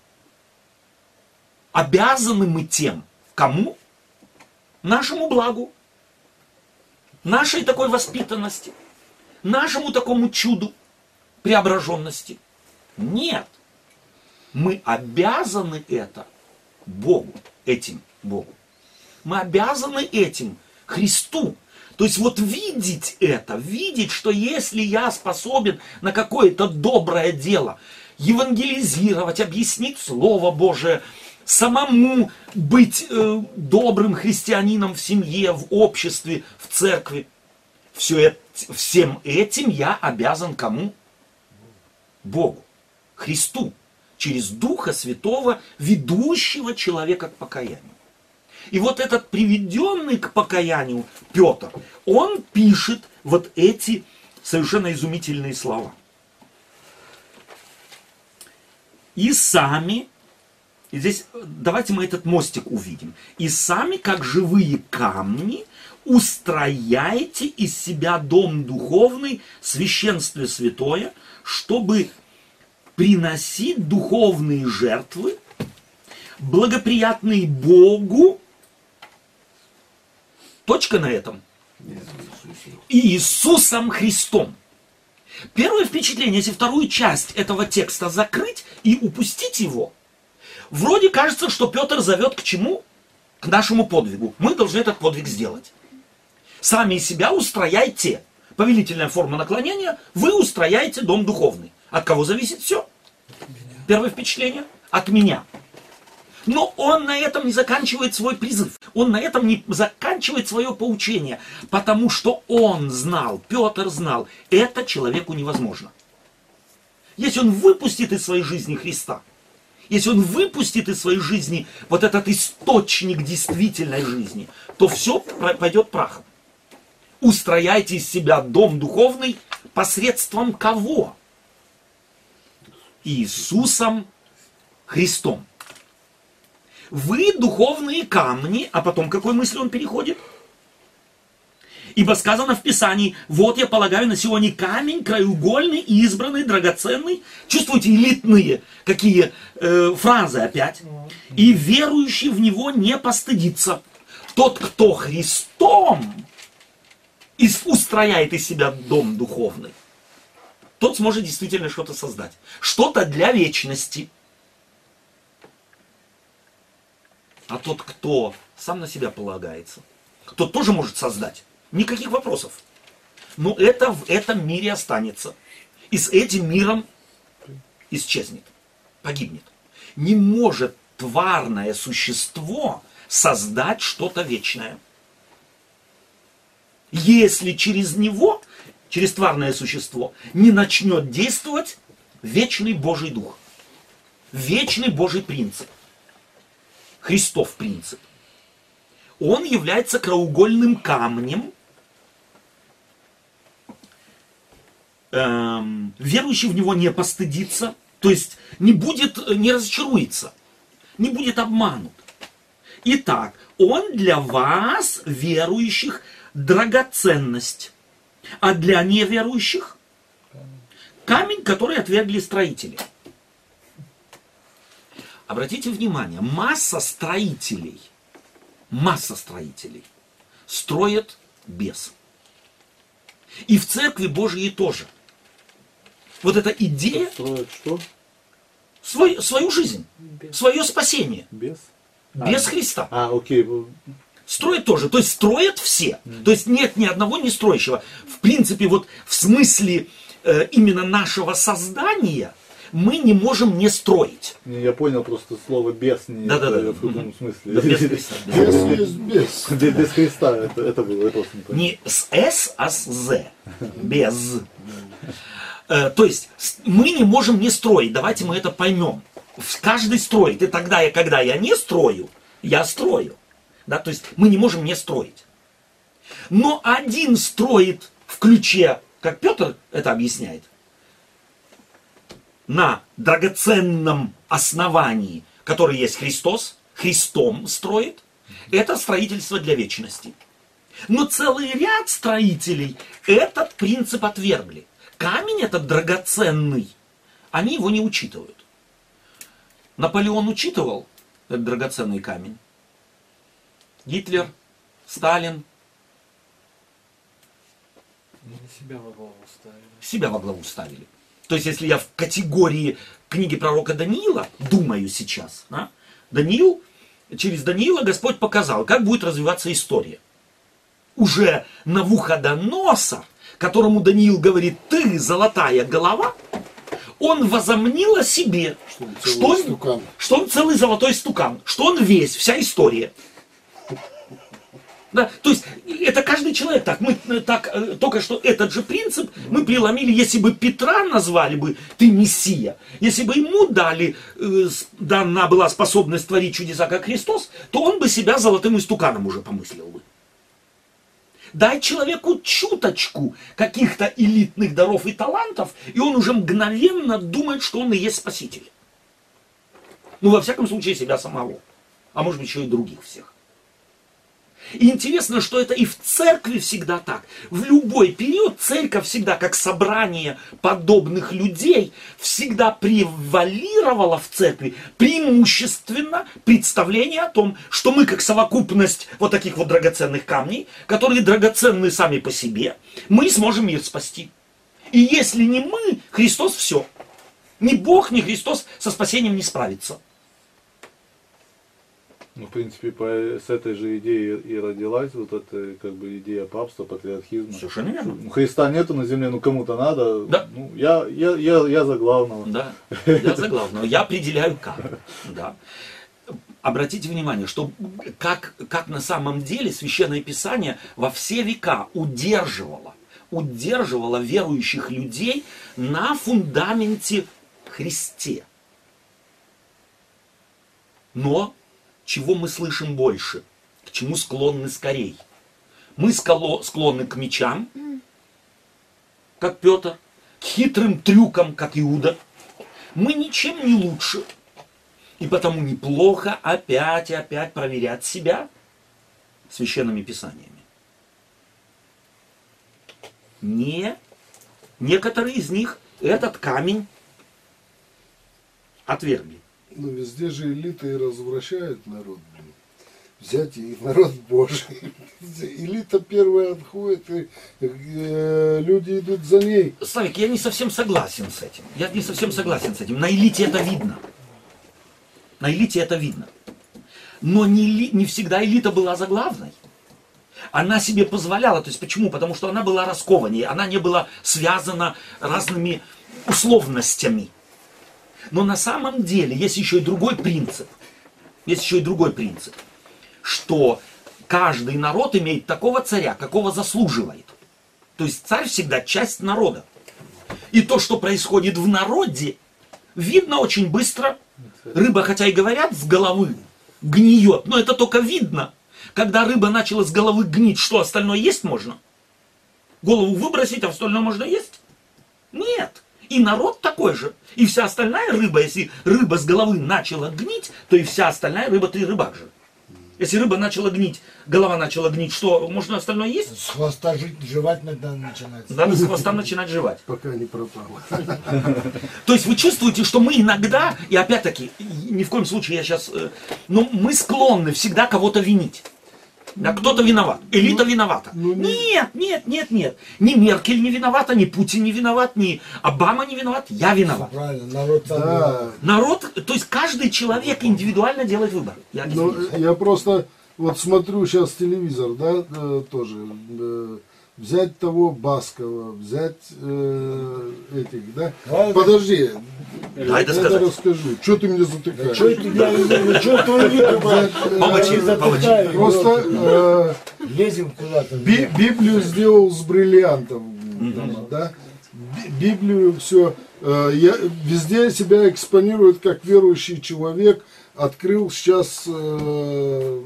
Обязаны мы тем, кому? Нашему благу, нашей такой воспитанности, нашему такому чуду преображенности. Нет. Мы обязаны это Богу, этим Богу. Мы обязаны этим Христу. То есть вот видеть это, видеть, что если я способен на какое-то доброе дело евангелизировать, объяснить Слово Божие, самому быть э, добрым христианином в семье, в обществе, в церкви, все это, всем этим я обязан кому? Богу, Христу, через Духа Святого, ведущего человека к покаянию. И вот этот приведенный к покаянию Петр, он пишет вот эти совершенно изумительные слова. И сами, и здесь давайте мы этот мостик увидим, и сами, как живые камни, устрояете из себя дом духовный, священство святое, чтобы приносить духовные жертвы, благоприятные Богу. Точка на этом. Иисусом Христом. Первое впечатление, если вторую часть этого текста закрыть и упустить его, вроде кажется, что Петр зовет к чему? К нашему подвигу. Мы должны этот подвиг сделать. Сами себя устрояйте. Повелительная форма наклонения. Вы устрояете дом духовный. От кого зависит все? Первое впечатление? От меня. Но он на этом не заканчивает свой призыв. Он на этом не заканчивает свое поучение. Потому что он знал, Петр знал, это человеку невозможно. Если он выпустит из своей жизни Христа, если он выпустит из своей жизни вот этот источник действительной жизни, то все пойдет прахом. Устрояйте из себя дом духовный посредством кого? Иисусом Христом. Вы духовные камни, а потом к какой мысли он переходит? Ибо сказано в Писании, вот я полагаю на сегодня камень краеугольный, избранный, драгоценный. Чувствуете, элитные какие э, фразы опять. И верующий в него не постыдится. Тот, кто Христом устрояет из себя дом духовный, тот сможет действительно что-то создать. Что-то для вечности. А тот, кто сам на себя полагается, тот тоже может создать. Никаких вопросов. Но это в этом мире останется. И с этим миром исчезнет. Погибнет. Не может тварное существо создать что-то вечное. Если через него, через тварное существо, не начнет действовать вечный Божий Дух. Вечный Божий принцип. Христов принцип. Он является краеугольным камнем. Эм, верующий в него не постыдится, то есть не будет, не разочаруется, не будет обманут. Итак, он для вас, верующих, драгоценность, а для неверующих камень, который отвергли строители. Обратите внимание, масса строителей, масса строителей строят без. И в Церкви Божьей тоже. Вот эта идея... Строят что? Свой, свою жизнь, Без. свое спасение. Без? Без а, Христа. А, окей. Строят тоже. То есть строят все. То есть нет ни одного не строящего. В принципе, вот в смысле э, именно нашего создания мы не можем не строить. Не, я понял просто слово без не Да, да, да. в каком смысле. Да, без Христа. Без есть без. Без, без Христа это, это было, я просто не понял. Не с «с», а с «з». Без. Э, то есть с- мы не можем не строить. Давайте мы это поймем. каждый строит. И тогда, я, когда я не строю, я строю. Да? То есть мы не можем не строить. Но один строит в ключе, как Петр это объясняет, на драгоценном основании, которое есть Христос, Христом строит. Это строительство для вечности. Но целый ряд строителей этот принцип отвергли. Камень этот драгоценный, они его не учитывают. Наполеон учитывал этот драгоценный камень. Гитлер, Сталин. Они себя во главу ставили. Себя во главу ставили. То есть, если я в категории книги пророка Даниила думаю сейчас, да, Даниил, через Даниила Господь показал, как будет развиваться история. Уже Навуходоносор, которому Даниил говорит, ты золотая голова, он возомнил о себе, что он, что он, что он целый золотой стукан, что он весь, вся история. Да, то есть это каждый человек так. Мы так, только что этот же принцип мы преломили, если бы Петра назвали бы ты Мессия, если бы ему дали, э, дана была способность творить чудеса, как Христос, то он бы себя золотым истуканом уже помыслил бы. Дай человеку чуточку каких-то элитных даров и талантов, и он уже мгновенно думает, что он и есть Спаситель. Ну, во всяком случае, себя самого. А может быть, еще и других всех. И интересно, что это и в церкви всегда так. В любой период церковь всегда, как собрание подобных людей, всегда превалировала в церкви преимущественно представление о том, что мы как совокупность вот таких вот драгоценных камней, которые драгоценны сами по себе, мы сможем мир спасти. И если не мы, Христос все. Ни Бог, ни Христос со спасением не справится. Ну, в принципе, по, с этой же идеей и родилась вот эта как бы идея папства, патриархизма. Совершенно верно. Ну, Христа нету на земле, ну кому-то надо. Да. Ну, я, я, я, я за главного. Да, я за главного. Я определяю как. Да. Обратите внимание, что как, как на самом деле Священное Писание во все века удерживало, удерживало верующих людей на фундаменте Христе. Но чего мы слышим больше? К чему склонны скорей? Мы склонны к мечам, как Петр, к хитрым трюкам, как Иуда. Мы ничем не лучше. И потому неплохо опять и опять проверять себя священными писаниями. Не, некоторые из них этот камень отвергли. Но везде же элита и развращает народ, блин. Взять и народ Божий. Элита первая отходит, и э, люди идут за ней. Славик, я не совсем согласен с этим. Я не совсем согласен с этим. На элите это видно. На элите это видно. Но не, не всегда элита была заглавной. Она себе позволяла. То есть почему? Потому что она была раскованнее. Она не была связана разными условностями. Но на самом деле есть еще и другой принцип. Есть еще и другой принцип. Что каждый народ имеет такого царя, какого заслуживает. То есть царь всегда часть народа. И то, что происходит в народе, видно очень быстро. Рыба, хотя и говорят, с головы гниет. Но это только видно. Когда рыба начала с головы гнить, что остальное есть можно? Голову выбросить, а остальное можно есть? Нет. И народ такой же. И вся остальная рыба, если рыба с головы начала гнить, то и вся остальная рыба, ты рыбак же. Если рыба начала гнить, голова начала гнить, что, можно остальное есть? С хвоста жить, жевать надо начинать. Надо с хвоста начинать жевать. Пока не пропало. То есть вы чувствуете, что мы иногда, и опять-таки, ни в коем случае я сейчас, но мы склонны всегда кого-то винить. Да, кто-то виноват, элита ну, виновата. Ну, нет, нет, нет, нет. Ни Меркель не виновата, ни Путин не виноват, ни Обама не виноват, я виноват. Правильно, народ там да. виноват. Народ, то есть каждый человек индивидуально делает выбор. Я, ну, я просто вот смотрю сейчас телевизор, да, э, тоже. Э, взять того Баскова, взять э, этих, да. А, Подожди, дай я это расскажу. Что ты меня затыкаешь? Что ты меня, что твой Помочи, просто э, лезем куда-то. би, Библию сделал с бриллиантом, да. Библию, все. Я везде себя экспонирует как верующий человек. Открыл сейчас э,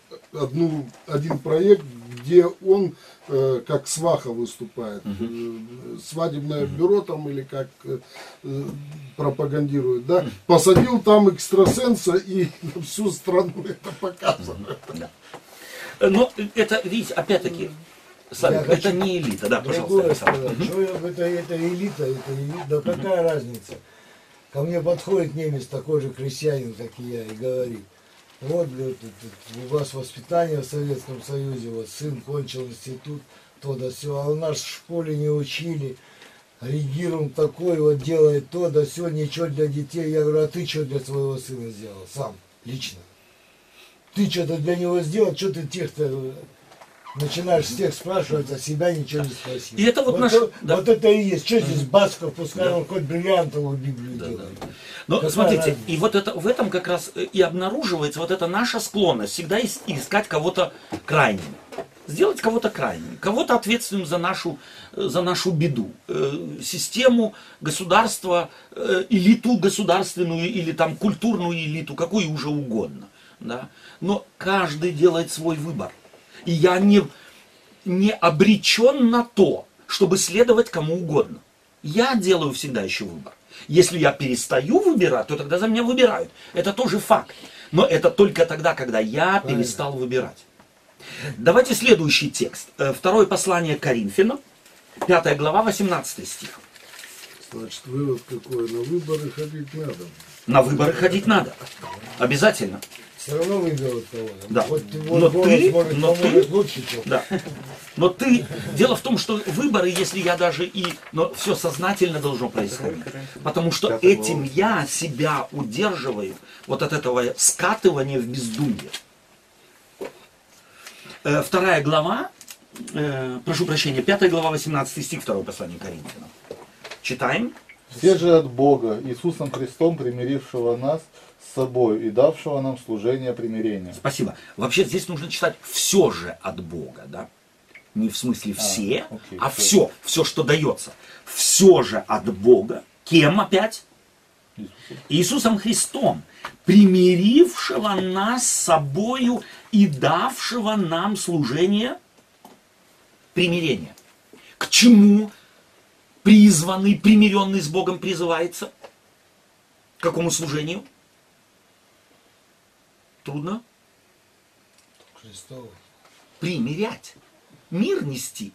одну, один проект, где он э, как сваха выступает. Uh-huh. Свадебное uh-huh. бюро там или как э, пропагандирует. Да? Uh-huh. Посадил там экстрасенса и на всю страну это показывает. Uh-huh. Да. Но это, видите, опять-таки, Славик, это не элита. Да, пожалуйста. Что это, это элита, это элита. Да какая разница? Ко мне подходит немец, такой же крестьянин, как и я, и говорит: вот, говорит, у вас воспитание в Советском Союзе, вот сын кончил институт, то да все, а у нас в школе не учили, регируем такой, вот делает то да все, ничего для детей. Я говорю: а ты что для своего сына сделал, сам, лично? Ты что-то для него сделал, что ты тех-то начинаешь всех спрашивать, а себя ничего не спросил. И это вот, вот, наш... вот, да. вот это и есть. Что здесь Басков, пускай да. он хоть бриллиантовую Библию да, делает. Да. Но Какая смотрите, разница? и вот это, в этом как раз и обнаруживается вот эта наша склонность всегда искать кого-то крайним. Сделать кого-то крайним, кого-то ответственным за нашу, за нашу беду. Систему, государство, элиту государственную или там культурную элиту, какую уже угодно. Да? Но каждый делает свой выбор. И я не, не обречен на то, чтобы следовать кому угодно. Я делаю всегда еще выбор. Если я перестаю выбирать, то тогда за меня выбирают. Это тоже факт. Но это только тогда, когда я перестал выбирать. Давайте следующий текст. Второе послание к Коринфянам, пятая глава, восемнадцатый стих. Значит, вывод какой? На выборы ходить надо. На выборы ходить надо. Обязательно. Все равно выберут кого-то. Да. Вот, вот но голос ты, может но ты, лучше, чем. да. Но ты, дело в том, что выборы, если я даже и, но все сознательно должно происходить. Потому что этим я себя удерживаю вот от этого скатывания в бездумье. Вторая глава, э, прошу прощения, пятая глава, восемнадцатый стих, второе послание к Коринфянам. Читаем. Все же от Бога, Иисусом Христом, примирившего нас с собой и давшего нам служение примирения. Спасибо. Вообще здесь нужно читать все же от Бога, да? Не в смысле все, а, окей, а все, все, что дается. Все же от Бога. Кем опять? Иисусом. Иисусом Христом, примирившего нас с собою и давшего нам служение примирения. К чему призванный, примиренный с Богом призывается? К какому служению? Трудно? Христово. Примирять. Мир нести.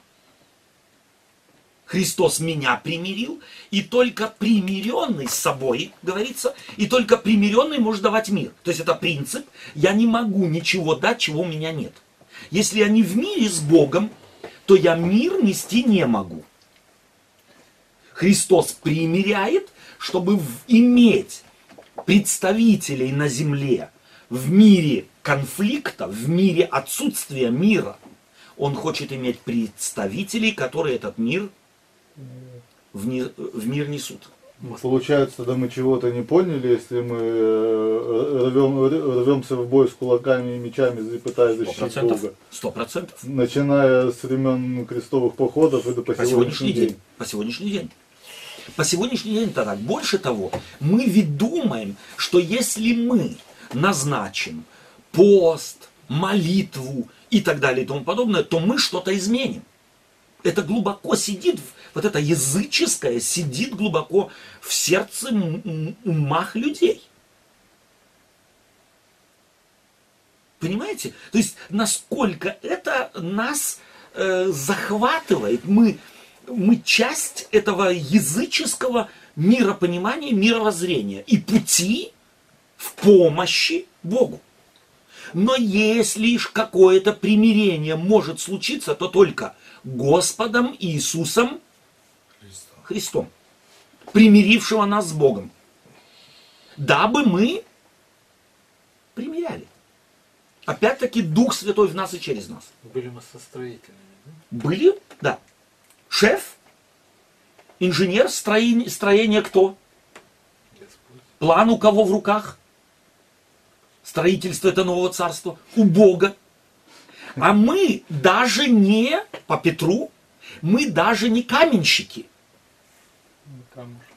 Христос меня примирил, и только примиренный с собой, говорится, и только примиренный может давать мир. То есть это принцип, я не могу ничего дать, чего у меня нет. Если я не в мире с Богом, то я мир нести не могу. Христос примиряет, чтобы иметь представителей на земле в мире конфликта, в мире отсутствия мира. Он хочет иметь представителей, которые этот мир в, не, в мир несут. Получается, тогда мы чего-то не поняли, если мы рвем, рвемся в бой с кулаками и мечами, пытаясь защитить Бога. Сто процентов. Начиная с времен крестовых походов и до по, по сегодняшний день. день. По сегодняшний день. По сегодняшний день это так. Больше того, мы ведь думаем, что если мы назначим пост, молитву и так далее и тому подобное, то мы что-то изменим. Это глубоко сидит, вот это языческое сидит глубоко в сердце, умах людей. Понимаете? То есть, насколько это нас э, захватывает, мы, мы часть этого языческого миропонимания, мировоззрения и пути в помощи Богу. Но если какое-то примирение может случиться, то только Господом Иисусом Христом. Христом, примирившего нас с Богом, дабы мы примиряли. Опять-таки Дух Святой в нас и через нас. Были мы состроителями. Да? Были, да. Шеф, инженер, строение, строение кто? Господь. План у кого в руках? Строительство этого нового царства у Бога. А мы даже не, по Петру, мы даже не каменщики.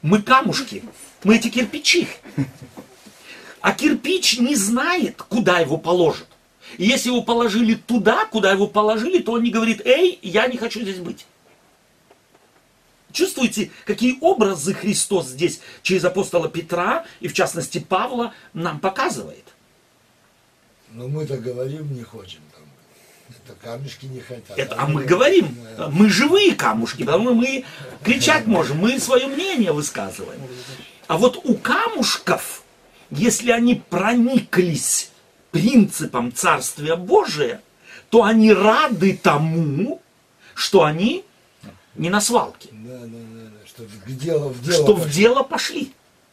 Мы камушки, мы эти кирпичи. А кирпич не знает, куда его положат. И если его положили туда, куда его положили, то он не говорит: эй, я не хочу здесь быть. Чувствуете, какие образы Христос здесь через апостола Петра и в частности Павла нам показывает? Но мы-то говорим, не хотим. Там. Это камешки не хотят. Это, а мы говорим, мы живые камушки, потому что мы кричать можем, мы свое мнение высказываем. А вот у камушков, если они прониклись принципом Царствия Божия, то они рады тому, что они не на свалке. Да, да, да, да. Что в дело, в дело Что пошли. в дело пошли.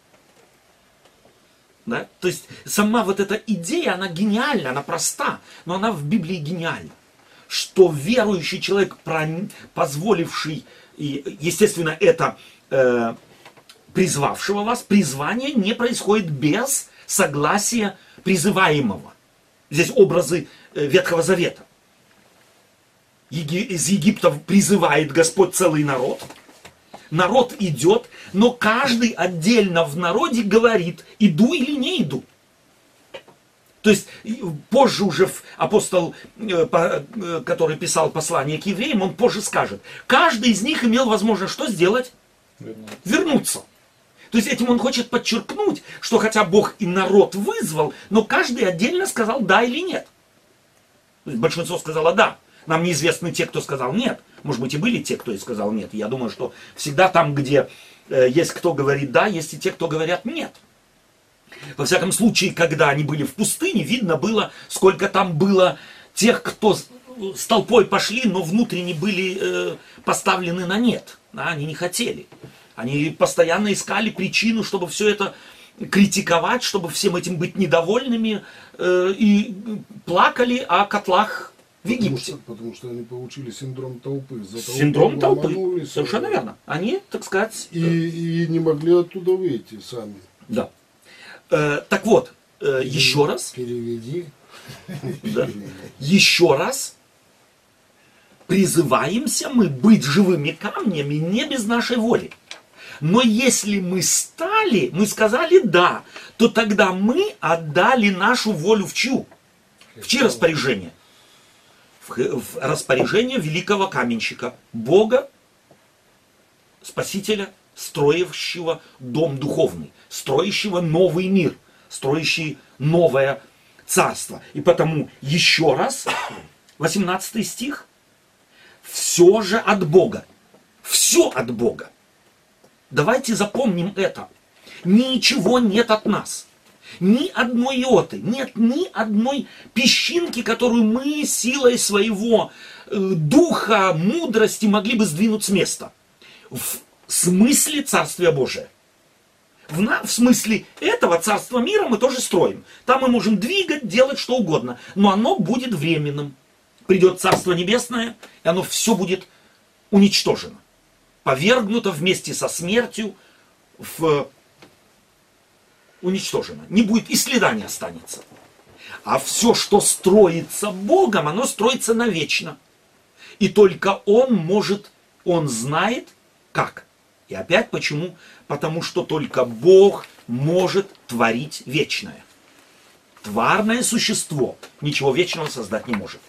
Да? То есть сама вот эта идея, она гениальна, она проста, но она в Библии гениальна. Что верующий человек, позволивший, и, естественно, это э, призвавшего вас, призвание не происходит без согласия призываемого. Здесь образы э, Ветхого Завета. Еги- из Египта призывает Господь целый народ. Народ идет, но каждый отдельно в народе говорит: иду или не иду. То есть позже уже апостол, который писал послание к евреям, он позже скажет: каждый из них имел возможность что сделать? Вернуться. Вернуться. То есть этим он хочет подчеркнуть, что хотя Бог и народ вызвал, но каждый отдельно сказал да или нет. То есть большинство сказало да. Нам неизвестны те, кто сказал нет. Может быть, и были те, кто и сказал нет. Я думаю, что всегда там, где э, есть кто говорит да, есть и те, кто говорят нет. Во всяком случае, когда они были в пустыне, видно было, сколько там было тех, кто с, с толпой пошли, но внутренне были э, поставлены на нет. Да, они не хотели. Они постоянно искали причину, чтобы все это критиковать, чтобы всем этим быть недовольными, э, и плакали о котлах в Потому Египте. что, потому что они получили синдром толпы. За толпой Синдром толпы. ломанулись, Совершенно а, верно. Они, так сказать... И, и не могли оттуда выйти сами. Да. Э, так вот, э, еще раз, Переведи. да, еще раз призываемся мы быть живыми камнями не без нашей воли. Но если мы стали, мы сказали да, то тогда мы отдали нашу волю в чью? В чьи распоряжение? В, в распоряжение великого каменщика, Бога, Спасителя, строящего дом духовный, строящего новый мир, строящий новое царство. И потому еще раз, восемнадцатый стих, все же от Бога, все от Бога. Давайте запомним это. Ничего нет от нас. Ни одной йоты, нет ни одной песчинки, которую мы силой своего э, духа, мудрости могли бы сдвинуть с места. В смысле Царствия Божия. В, на, в смысле этого Царства мира мы тоже строим. Там мы можем двигать, делать что угодно. Но оно будет временным. Придет Царство Небесное, и оно все будет уничтожено. Повергнуто вместе со смертью в... уничтожено. Не будет, и следа не останется. А все, что строится Богом, оно строится навечно. И только Он может, Он знает, как. И опять почему? Потому что только Бог может творить вечное. Тварное существо ничего вечного создать не может.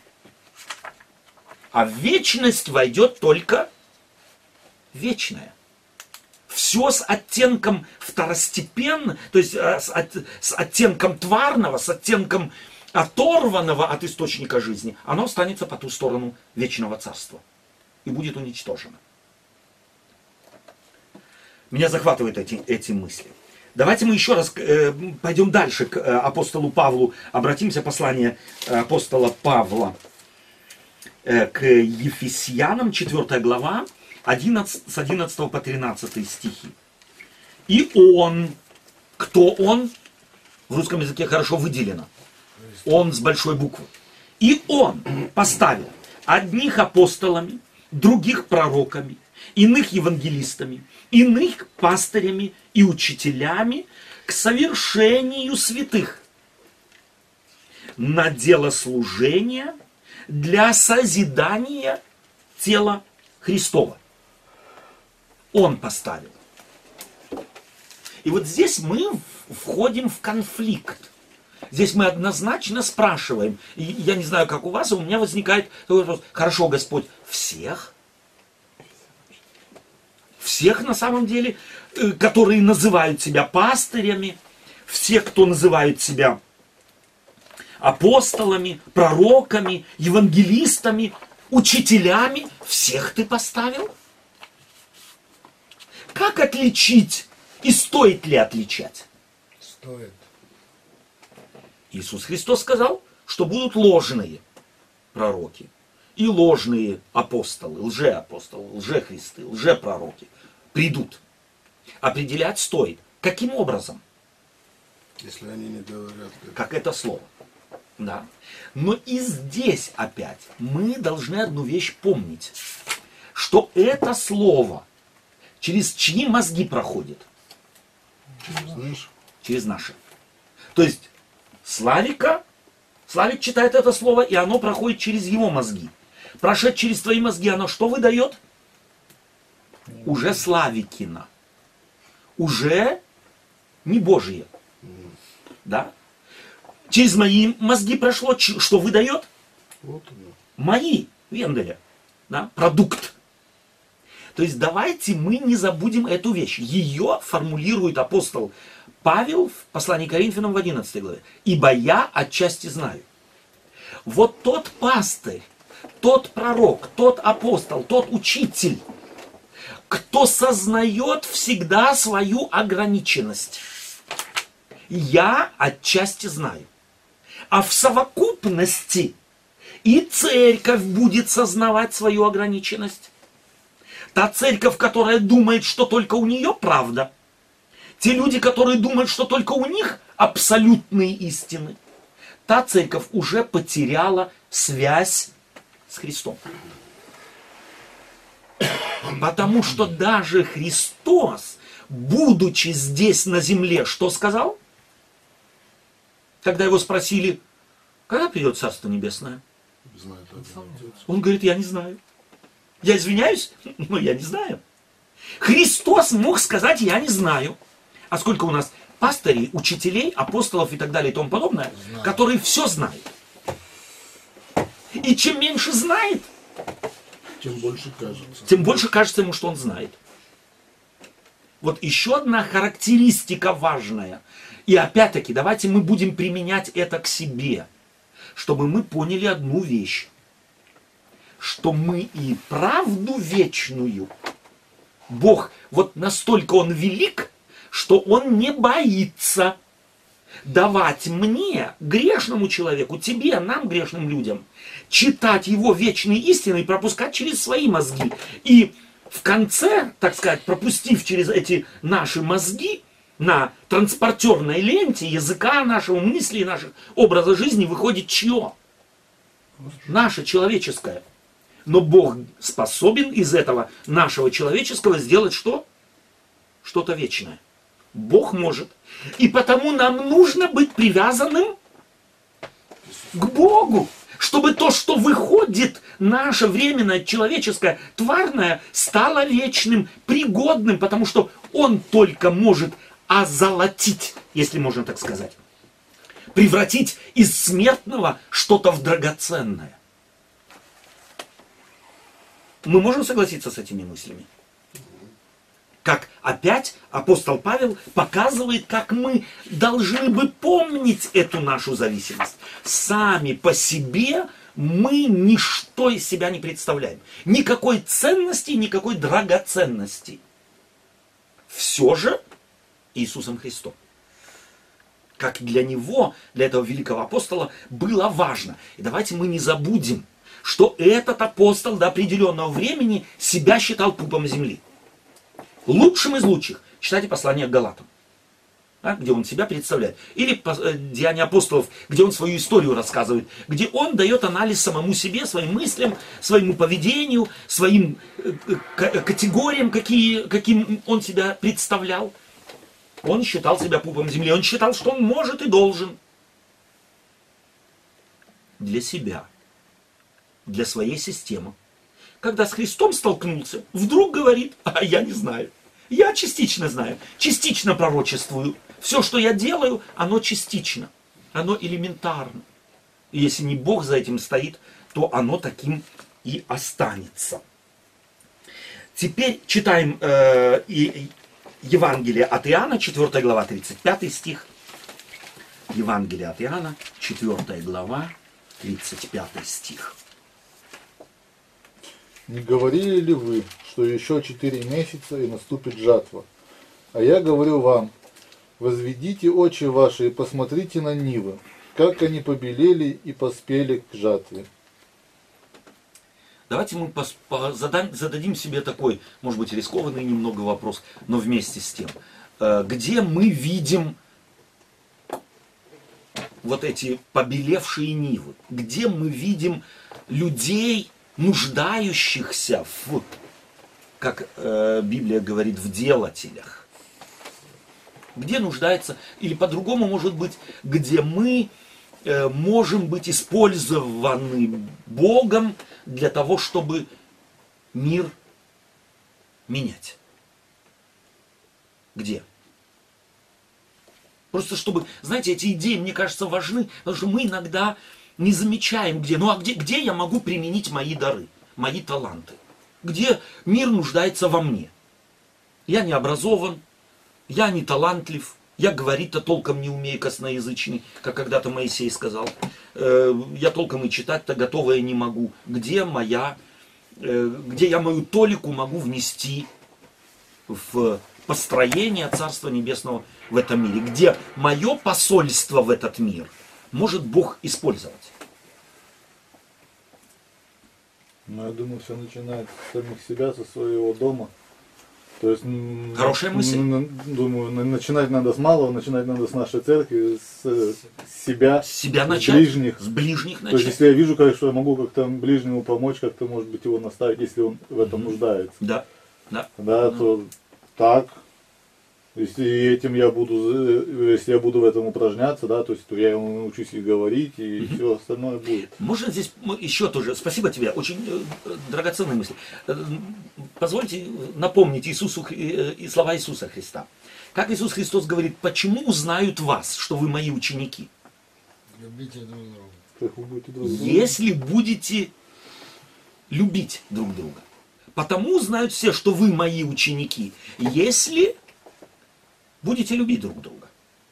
А в вечность войдет только вечное. Все с оттенком второстепенного, то есть с, от, с оттенком тварного, с оттенком оторванного от источника жизни, оно останется по ту сторону вечного царства и будет уничтожено. Меня захватывают эти, эти мысли. Давайте мы еще раз э, пойдем дальше к э, апостолу Павлу, обратимся к посланию э, апостола Павла э, к Ефесянам, четвёртая глава, одиннадцать, с одиннадцатого по тринадцатый стихи. И он, кто он, в русском языке хорошо выделено. Он с большой буквы. И он поставил одних апостолами, других пророками, иных евангелистами, иных пастырями и учителями к совершению святых на дело служения для созидания тела Христова. Он поставил. И вот здесь мы входим в конфликт. Здесь мы однозначно спрашиваем, и я не знаю, как у вас, у меня возникает такой вопрос: хорошо, Господь, всех? Всех на самом деле, которые называют себя пастырями, всех, кто называют себя апостолами, пророками, евангелистами, учителями, всех ты поставил? Как отличить и стоит ли отличать? Стоит. Иисус Христос сказал, что будут ложные пророки и ложные апостолы, лжеапостолы, лжехристы, лжепророки придут. Определять стоит. Каким образом? Если они не говорят, как... Как это слово. Да. Но и здесь опять мы должны одну вещь помнить, что это слово через чьи мозги проходит? Знаешь? Через наши. То есть Славика, Славик читает это слово, и оно проходит через его мозги. Прошед через твои мозги, оно что выдает? Уже Славикина. Уже не Божье. Да? Через мои мозги прошло, что выдает? Вот оно. Мои, Венделя. Да? Продукт. То есть давайте мы не забудем эту вещь. Ее формулирует апостол Павел в послании к Коринфянам в одиннадцатой главе. «Ибо я отчасти знаю». Вот тот пастырь, тот пророк, тот апостол, тот учитель, кто сознает всегда свою ограниченность. Я отчасти знаю. А в совокупности и церковь будет сознавать свою ограниченность. Та церковь, которая думает, что только у нее правда. Те люди, которые думают, что только у них абсолютные истины. Та церковь уже потеряла связь с Христом. Потому что даже Христос, будучи здесь на земле, что сказал? Когда его спросили, когда придет Царство Небесное? Знает один отец. Он говорит, я не знаю. Я извиняюсь, но я не знаю. Христос мог сказать, я не знаю. А сколько у нас пастырей, учителей, апостолов и так далее и тому подобное, Знаю. которые все знают. И чем меньше знает, Тем больше кажется. тем больше кажется ему, что он знает. Вот еще одна характеристика важная. И опять-таки, давайте мы будем применять это к себе, чтобы мы поняли одну вещь. Что мы и правду вечную, Бог, вот настолько Он велик, что Он не боится давать мне, грешному человеку, тебе, нам, грешным людям, читать Его вечные истины и пропускать через свои мозги. И в конце, так сказать, пропустив через эти наши мозги, на транспортерной ленте языка нашего, мысли, наших образа жизни выходит чье? Наше человеческое. Но Бог способен из этого нашего человеческого сделать что? Что-то вечное. Бог может. И потому нам нужно быть привязанным к Богу, чтобы то, что выходит, наше временное, человеческое, тварное, стало вечным, пригодным, потому что Он только может озолотить, если можно так сказать. Превратить из смертного что-то в драгоценное. Мы можем согласиться с этими мыслями? Как опять апостол Павел показывает, как мы должны бы помнить эту нашу зависимость. Сами по себе мы ничто из себя не представляем. Никакой ценности, никакой драгоценности. Все же Иисусом Христом. Как для Него, для этого великого апостола, было важно. И давайте мы не забудем, что этот апостол до определенного времени себя считал пупом земли. Лучшим из лучших. Читайте послание к Галатам, да, где он себя представляет. Или Деяния апостолов, где он свою историю рассказывает, где он дает анализ самому себе, своим мыслям, своему поведению, своим категориям, какие, каким он себя представлял. Он считал себя пупом земли. Он считал, что он может и должен. Для себя. Для своей системы. Когда с Христом столкнулся, вдруг говорит, а я не знаю. Я частично знаю, частично пророчествую. Все, что я делаю, оно частично, оно элементарно. И если не Бог за этим стоит, то оно таким и останется. Теперь читаем э, и, Евангелие от Иоанна, четвёртая глава, тридцать пятый стих. Евангелие от Иоанна, четвёртая глава, тридцать пятый стих. Не говорили ли вы, что еще четыре месяца и наступит жатва? А я говорю вам, возведите очи ваши и посмотрите на нивы, как они побелели и поспели к жатве. Давайте мы пос, по, задам, зададим себе такой, может быть, рискованный немного вопрос, но вместе с тем. Э, где мы видим вот эти побелевшие нивы? Где мы видим людей, нуждающихся в, как э, Библия говорит, в делателях? Где нуждается, или по-другому может быть, где мы э, можем быть использованы Богом для того, чтобы мир менять? Где? Просто чтобы, знаете, эти идеи, мне кажется, важны, потому что мы иногда не замечаем, где. Ну а где, где я могу применить мои дары, мои таланты? Где мир нуждается во мне? Я не образован, я не талантлив, я говорить-то толком не умею, косноязычный, как когда-то Моисей сказал. Я толком и читать-то готовое не могу. Где моя, где я мою толику могу внести в построение Царства Небесного в этом мире? Где мое посольство в этот мир может Бог использовать? Ну, я думаю, все начинает с самих себя, со своего дома. То есть, хорошая мысль. Думаю, начинать надо с малого, начинать надо с нашей церкви, с себя, с себя с начать, ближних. С ближних начать. То есть, если я вижу, как, что я могу как-то ближнему помочь, как-то, может быть, его наставить, если он в этом mm-hmm. нуждается. Да, да. Да, mm-hmm. то так. Если этим я буду, если я буду в этом упражняться, да, то есть то я ему научусь и говорить, и mm-hmm. все остальное будет. Можно здесь еще тоже, спасибо тебе, очень драгоценная мысль. Позвольте напомнить Иисусу, и слова Иисуса Христа. Как Иисус Христос говорит, почему узнают вас, что вы мои ученики? Любите друг друга. Как вы будете друг друга? Если будете любить друг друга. Потому узнают все, что вы мои ученики, если будете любить друг друга.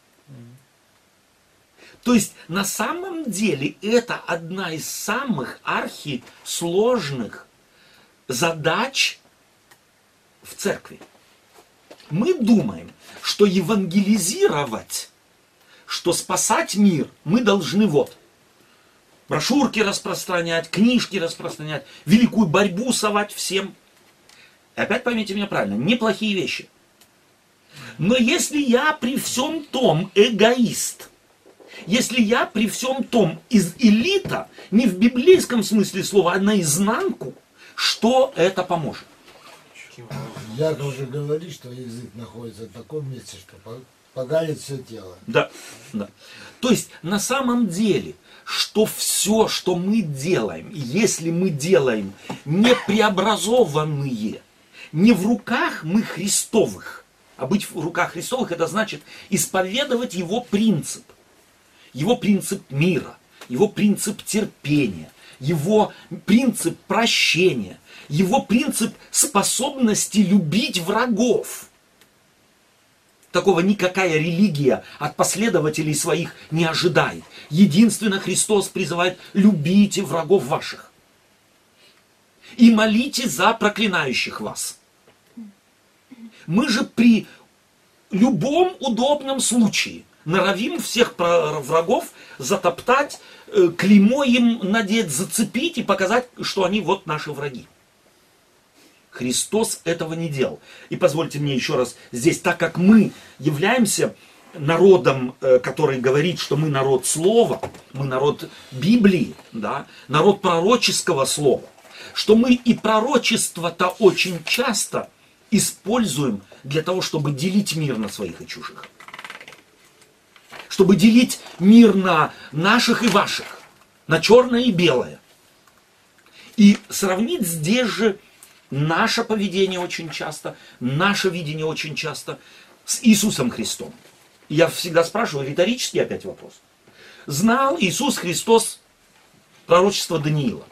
То есть на самом деле это одна из самых архисложных задач в церкви. Мы думаем, что евангелизировать, что спасать мир мы должны вот брошюрки распространять, книжки распространять, великую борьбу совать всем. И опять поймите меня правильно, неплохие вещи. Но если я при всем том эгоист, если я при всем том из элита, не в библейском смысле слова, а наизнанку, что это поможет? Яков же говорит, что язык находится в таком месте, что поганит все тело. Да, да. То есть на самом деле, что все, что мы делаем, если мы делаем не преобразованные, не в руках мы Христовых, а быть в руках Христовых, это значит исповедовать Его принцип. Его принцип мира, Его принцип терпения, Его принцип прощения, Его принцип способности любить врагов. Такого никакая религия от последователей своих не ожидает. Единственно Христос призывает: любите врагов ваших и молите за проклинающих вас. Мы же при любом удобном случае норовим всех врагов затоптать, клеймо им надеть, зацепить и показать, что они вот наши враги. Христос этого не делал. И позвольте мне еще раз здесь, так как мы являемся народом, который говорит, что мы народ слова, мы народ Библии, да, народ пророческого слова, что мы и пророчество-то очень часто используем для того, чтобы делить мир на своих и чужих. Чтобы делить мир на наших и ваших, на черное и белое. И сравнить здесь же наше поведение очень часто, наше видение очень часто с Иисусом Христом. Я всегда спрашиваю, риторический опять вопрос. Знал Иисус Христос пророчество Даниила?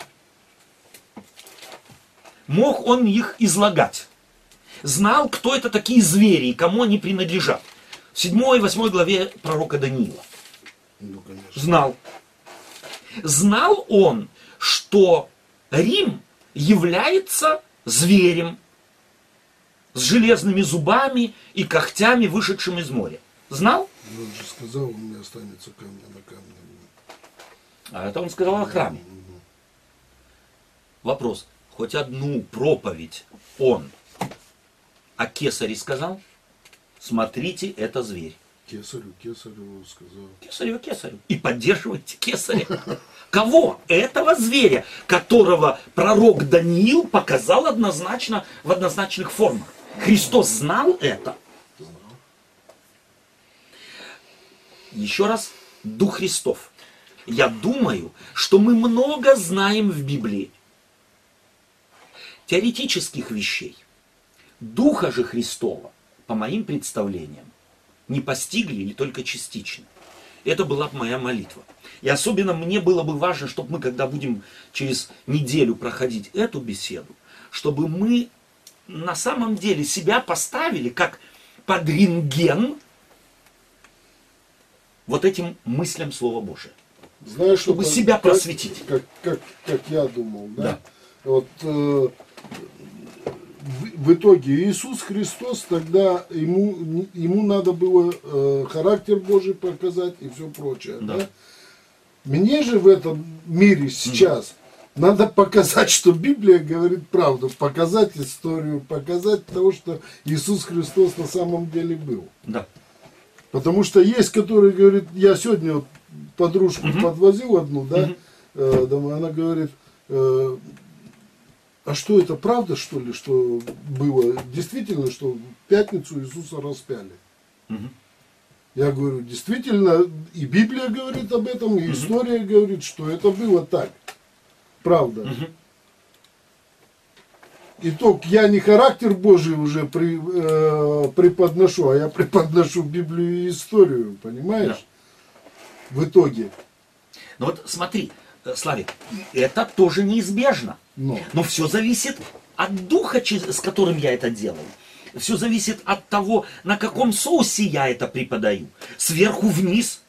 Мог он их излагать? Знал, кто это такие звери и кому они принадлежат? В седьмой и восьмой главе пророка Даниила. Ну, конечно. Знал. Знал он, что Рим является зверем с железными зубами и когтями, вышедшим из моря. Знал? Он же сказал, у меня останется камня на камне. А это он сказал о храме. Вопрос. Хоть одну проповедь он о кесаре сказал? Смотрите, это зверь. Кесарю, кесарю сказал. Кесарю, кесарю. И поддерживайте кесаря. Кого? Этого зверя, которого пророк Даниил показал однозначно в однозначных формах. Христос знал это. Еще раз, Дух Христов. Я думаю, что мы много знаем в Библии теоретических вещей. Духа же Христова, по моим представлениям, не постигли или только частично. Это была бы моя молитва. И особенно мне было бы важно, чтобы мы, когда будем через неделю проходить эту беседу, чтобы мы на самом деле себя поставили как под рентген вот этим мыслям Слова Божия. Знаешь, Чтобы что, себя как, просветить. Как, как, как я думал, да? Да. Вот э, в, в итоге Иисус Христос тогда ему, ему надо было э, характер Божий показать и все прочее. Да. Да? Мне же в этом мире сейчас mm-hmm. надо показать, что Библия говорит правду, показать историю, показать того, что Иисус Христос на самом деле был. Да. Потому что есть, которые говорят, я сегодня вот подружку Мгм. подвозил одну, да, Мгм. э, домой, она говорит, э, а что это правда, что ли, что было действительно, что в пятницу Иисуса распяли? Мгм. Я говорю, действительно, и Библия говорит об этом, и история говорит, что это было так. Правда. Мгм. Итог, я не характер Божий уже при, э, преподношу, а я преподношу Библию и историю, понимаешь? В итоге. Ну вот смотри, э, Славик, это тоже неизбежно. Но. Но все зависит от духа, че- с которым я это делаю. Все зависит от того, на каком соусе я это преподаю. Сверху вниз.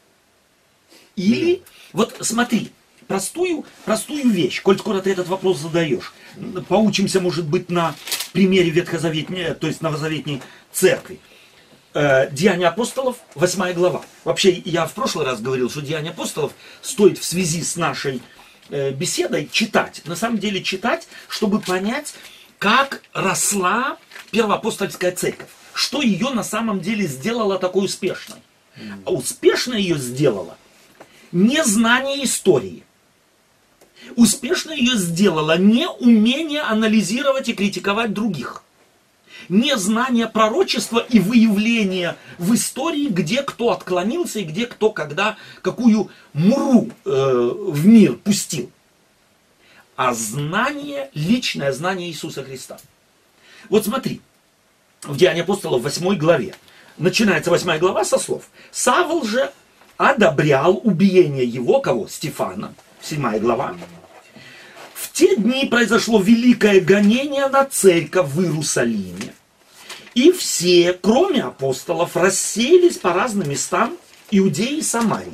Или, вот смотри, простую, простую вещь, коль скоро ты этот вопрос задаешь. Поучимся, может быть, на примере ветхозаветной, то есть новозаветней церкви. Э, Деяния апостолов, восьмая глава. Вообще, я в прошлый раз говорил, что Деяния апостолов стоит в связи с нашей э, беседой читать. На самом деле читать, чтобы понять, как росла первоапостольская церковь. Что ее на самом деле сделало такой успешной. А успешно ее сделало не знание истории. Успешно ее сделало не умение анализировать и критиковать других. Не знание пророчества и выявление в истории, где кто отклонился и где кто когда какую муру э, в мир пустил. А знание, личное знание Иисуса Христа. Вот смотри, в Деянии апостолов восьмой главе. Начинается восьмая глава со слов. Савл же одобрял убиение его, кого? Стефана. седьмая глава. В те дни произошло великое гонение на церковь в Иерусалиме. И все, кроме апостолов, рассеялись по разным местам Иудеи и Самарии.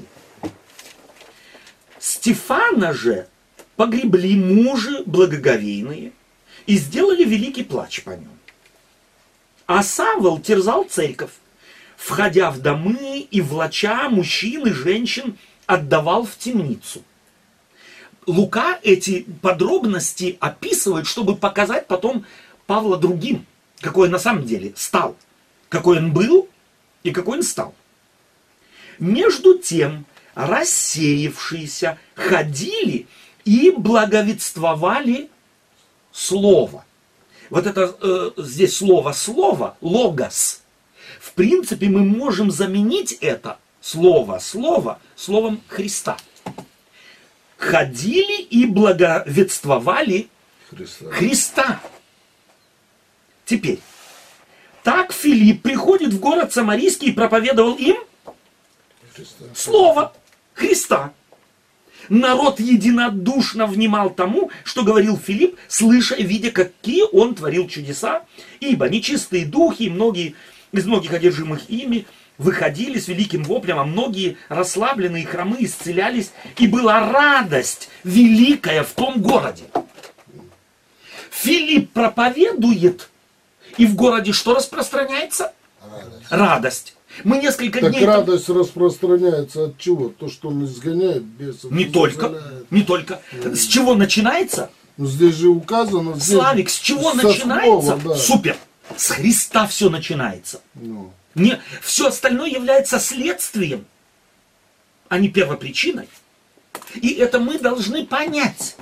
Стефана же погребли мужи благоговейные и сделали великий плач по нем. А Савл терзал церковь, входя в домы и влача мужчин и женщин отдавал в темницу. Лука эти подробности описывает, чтобы показать потом Павла другим, какой он на самом деле стал, какой он был и какой он стал. Между тем рассеявшиеся ходили и благовествовали слово. Вот это э, здесь слово «слово», «логос». В принципе, мы можем заменить это слово «слово» словом Христа. Ходили и благовествовали Христа. Христа. Теперь, так Филипп приходит в город Самарийский и проповедовал им слово Христа. Народ единодушно внимал тому, что говорил Филипп, слыша и видя, какие он творил чудеса, ибо нечистые духи и многие из многих одержимых ими выходили с великим воплем, а многие расслабленные и хромые исцелялись, и была радость великая в том городе. Филипп проповедует, и в городе что распространяется? Радость. Радость. Мы несколько Так дней... радость распространяется от чего? То, что он изгоняет бесов. Не только, изгоняет. не только. С чего начинается? Ну, здесь же указано... Здесь Славик, с чего со начинается? слова, да. Супер. С Христа все начинается. Ну, Не, все остальное является следствием, а не первопричиной. И это мы должны понять.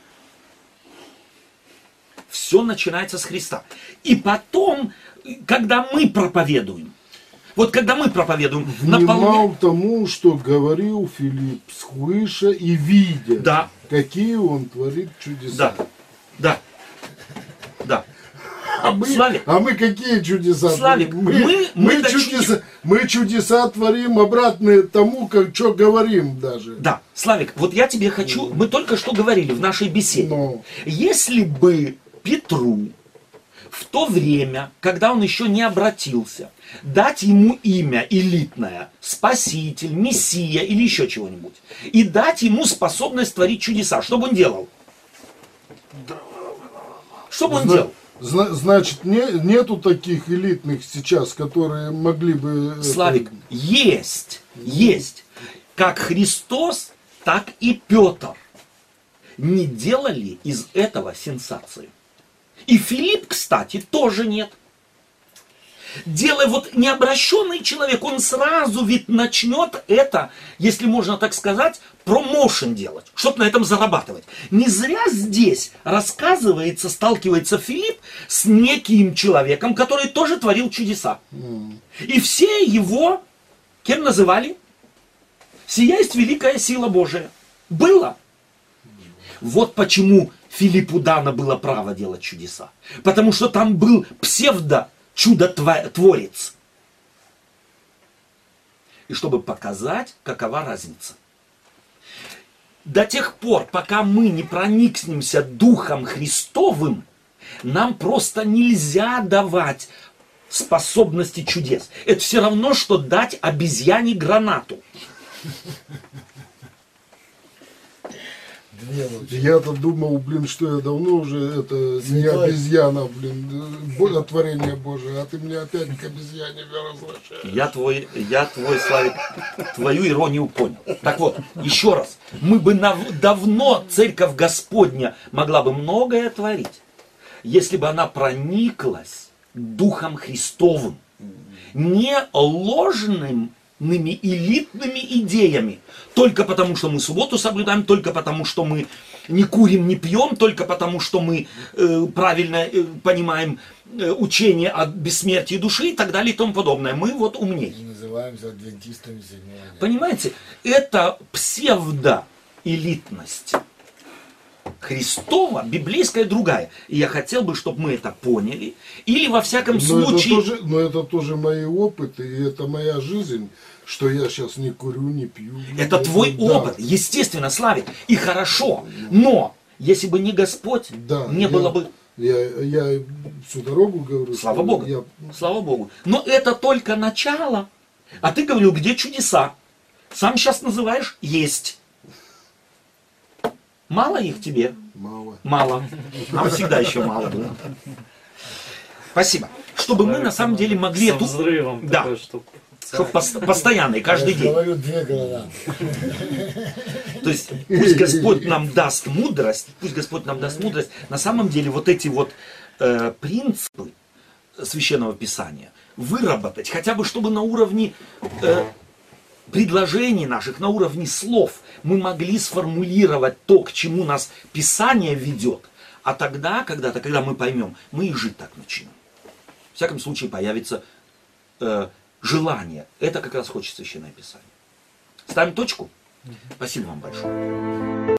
Все начинается с Христа. И потом, когда мы проповедуем, вот когда мы проповедуем, внимал наполня... тому, что говорил Филипп, слыша и видя, Да. какие он творит чудеса. Да, да, да. А мы, Славик. а мы какие чудеса Славик, творим? мы- Мы, мы мы, начнем- чудеса, мы чудеса творим обратно тому, как что говорим даже. Да, Славик, вот я тебе хочу, мы только что говорили в нашей беседе, Но если бы Петру в то время, когда он еще не обратился, дать ему имя элитное, Спаситель, Мессия или еще чего-нибудь, и дать ему способность творить чудеса, что бы он делал? Что бы он Зна- делал? зна- значит, не, нету таких элитных сейчас, которые могли бы... это- Славик, есть, есть. Как Христос, так и Петр не делали из этого сенсацию. И Филипп, кстати, тоже нет. Делая вот необращенный человек, он сразу ведь начнет это, если можно так сказать, промоушен делать, чтобы на этом зарабатывать. Не зря здесь рассказывается, сталкивается Филипп с неким человеком, который тоже творил чудеса. И все его кем называли? Сия есть великая сила Божия. Было. Вот почему Филиппу дано было право делать чудеса. Потому что там был псевдо-чудотворец. И чтобы показать, какова разница. До тех пор, пока мы не проникнемся Духом Христовым, нам просто нельзя давать способности чудес. Это все равно, что дать обезьяне гранату. Две лучше. Я-то думал, блин, что я давно уже это не Святой. обезьяна, блин, бо- творение Божие, а ты меня опять к обезьяне возвращаешь. Я твой, я твой, Славик, твою иронию понял. Так вот, еще раз. Мы бы нав- давно церковь Господня могла бы многое творить, если бы она прониклась Духом Христовым, не ложными элитными идеями, только потому, что мы субботу соблюдаем, только потому, что мы не курим, не пьем, только потому, что мы э, правильно э, понимаем э, учение о бессмертии души и так далее и тому подобное. Мы вот умнее. Мы называемся адвентистами седьмого дня. Понимаете, это псевдоэлитность. Христова, библейская другая. И я хотел бы, чтобы мы это поняли. Или во всяком Но это, случае... тоже, но это тоже мои опыты, и это моя жизнь, что я сейчас не курю, не пью. Это твой да. опыт, естественно, Славик, и хорошо. Но, если бы не Господь, Да, не я- было бы... Я, я всю дорогу говорю, Слава что Богу, я- слава Богу. Но это только начало. А ты говорил, где чудеса? Сам сейчас называешь «есть». Мало их тебе? мало. Мало. Нам всегда еще мало было. Спасибо. Чтобы мы на самом деле могли Со эту... взрывом Да. такой, чтоб- Чтобы постоянно и каждый Я же день. говорю, две гранаты. То есть пусть Господь нам даст мудрость, пусть Господь нам даст мудрость. На самом деле вот эти вот э, принципы Священного Писания выработать, хотя бы чтобы на уровне э, предложений наших, на уровне слов мы могли сформулировать то, к чему нас Писание ведет. А тогда, когда-то, когда мы поймем, мы и жить так начнем. В всяком случае появится э, желание. Это как раз хочет Священное Писание. Ставим точку. Спасибо вам большое.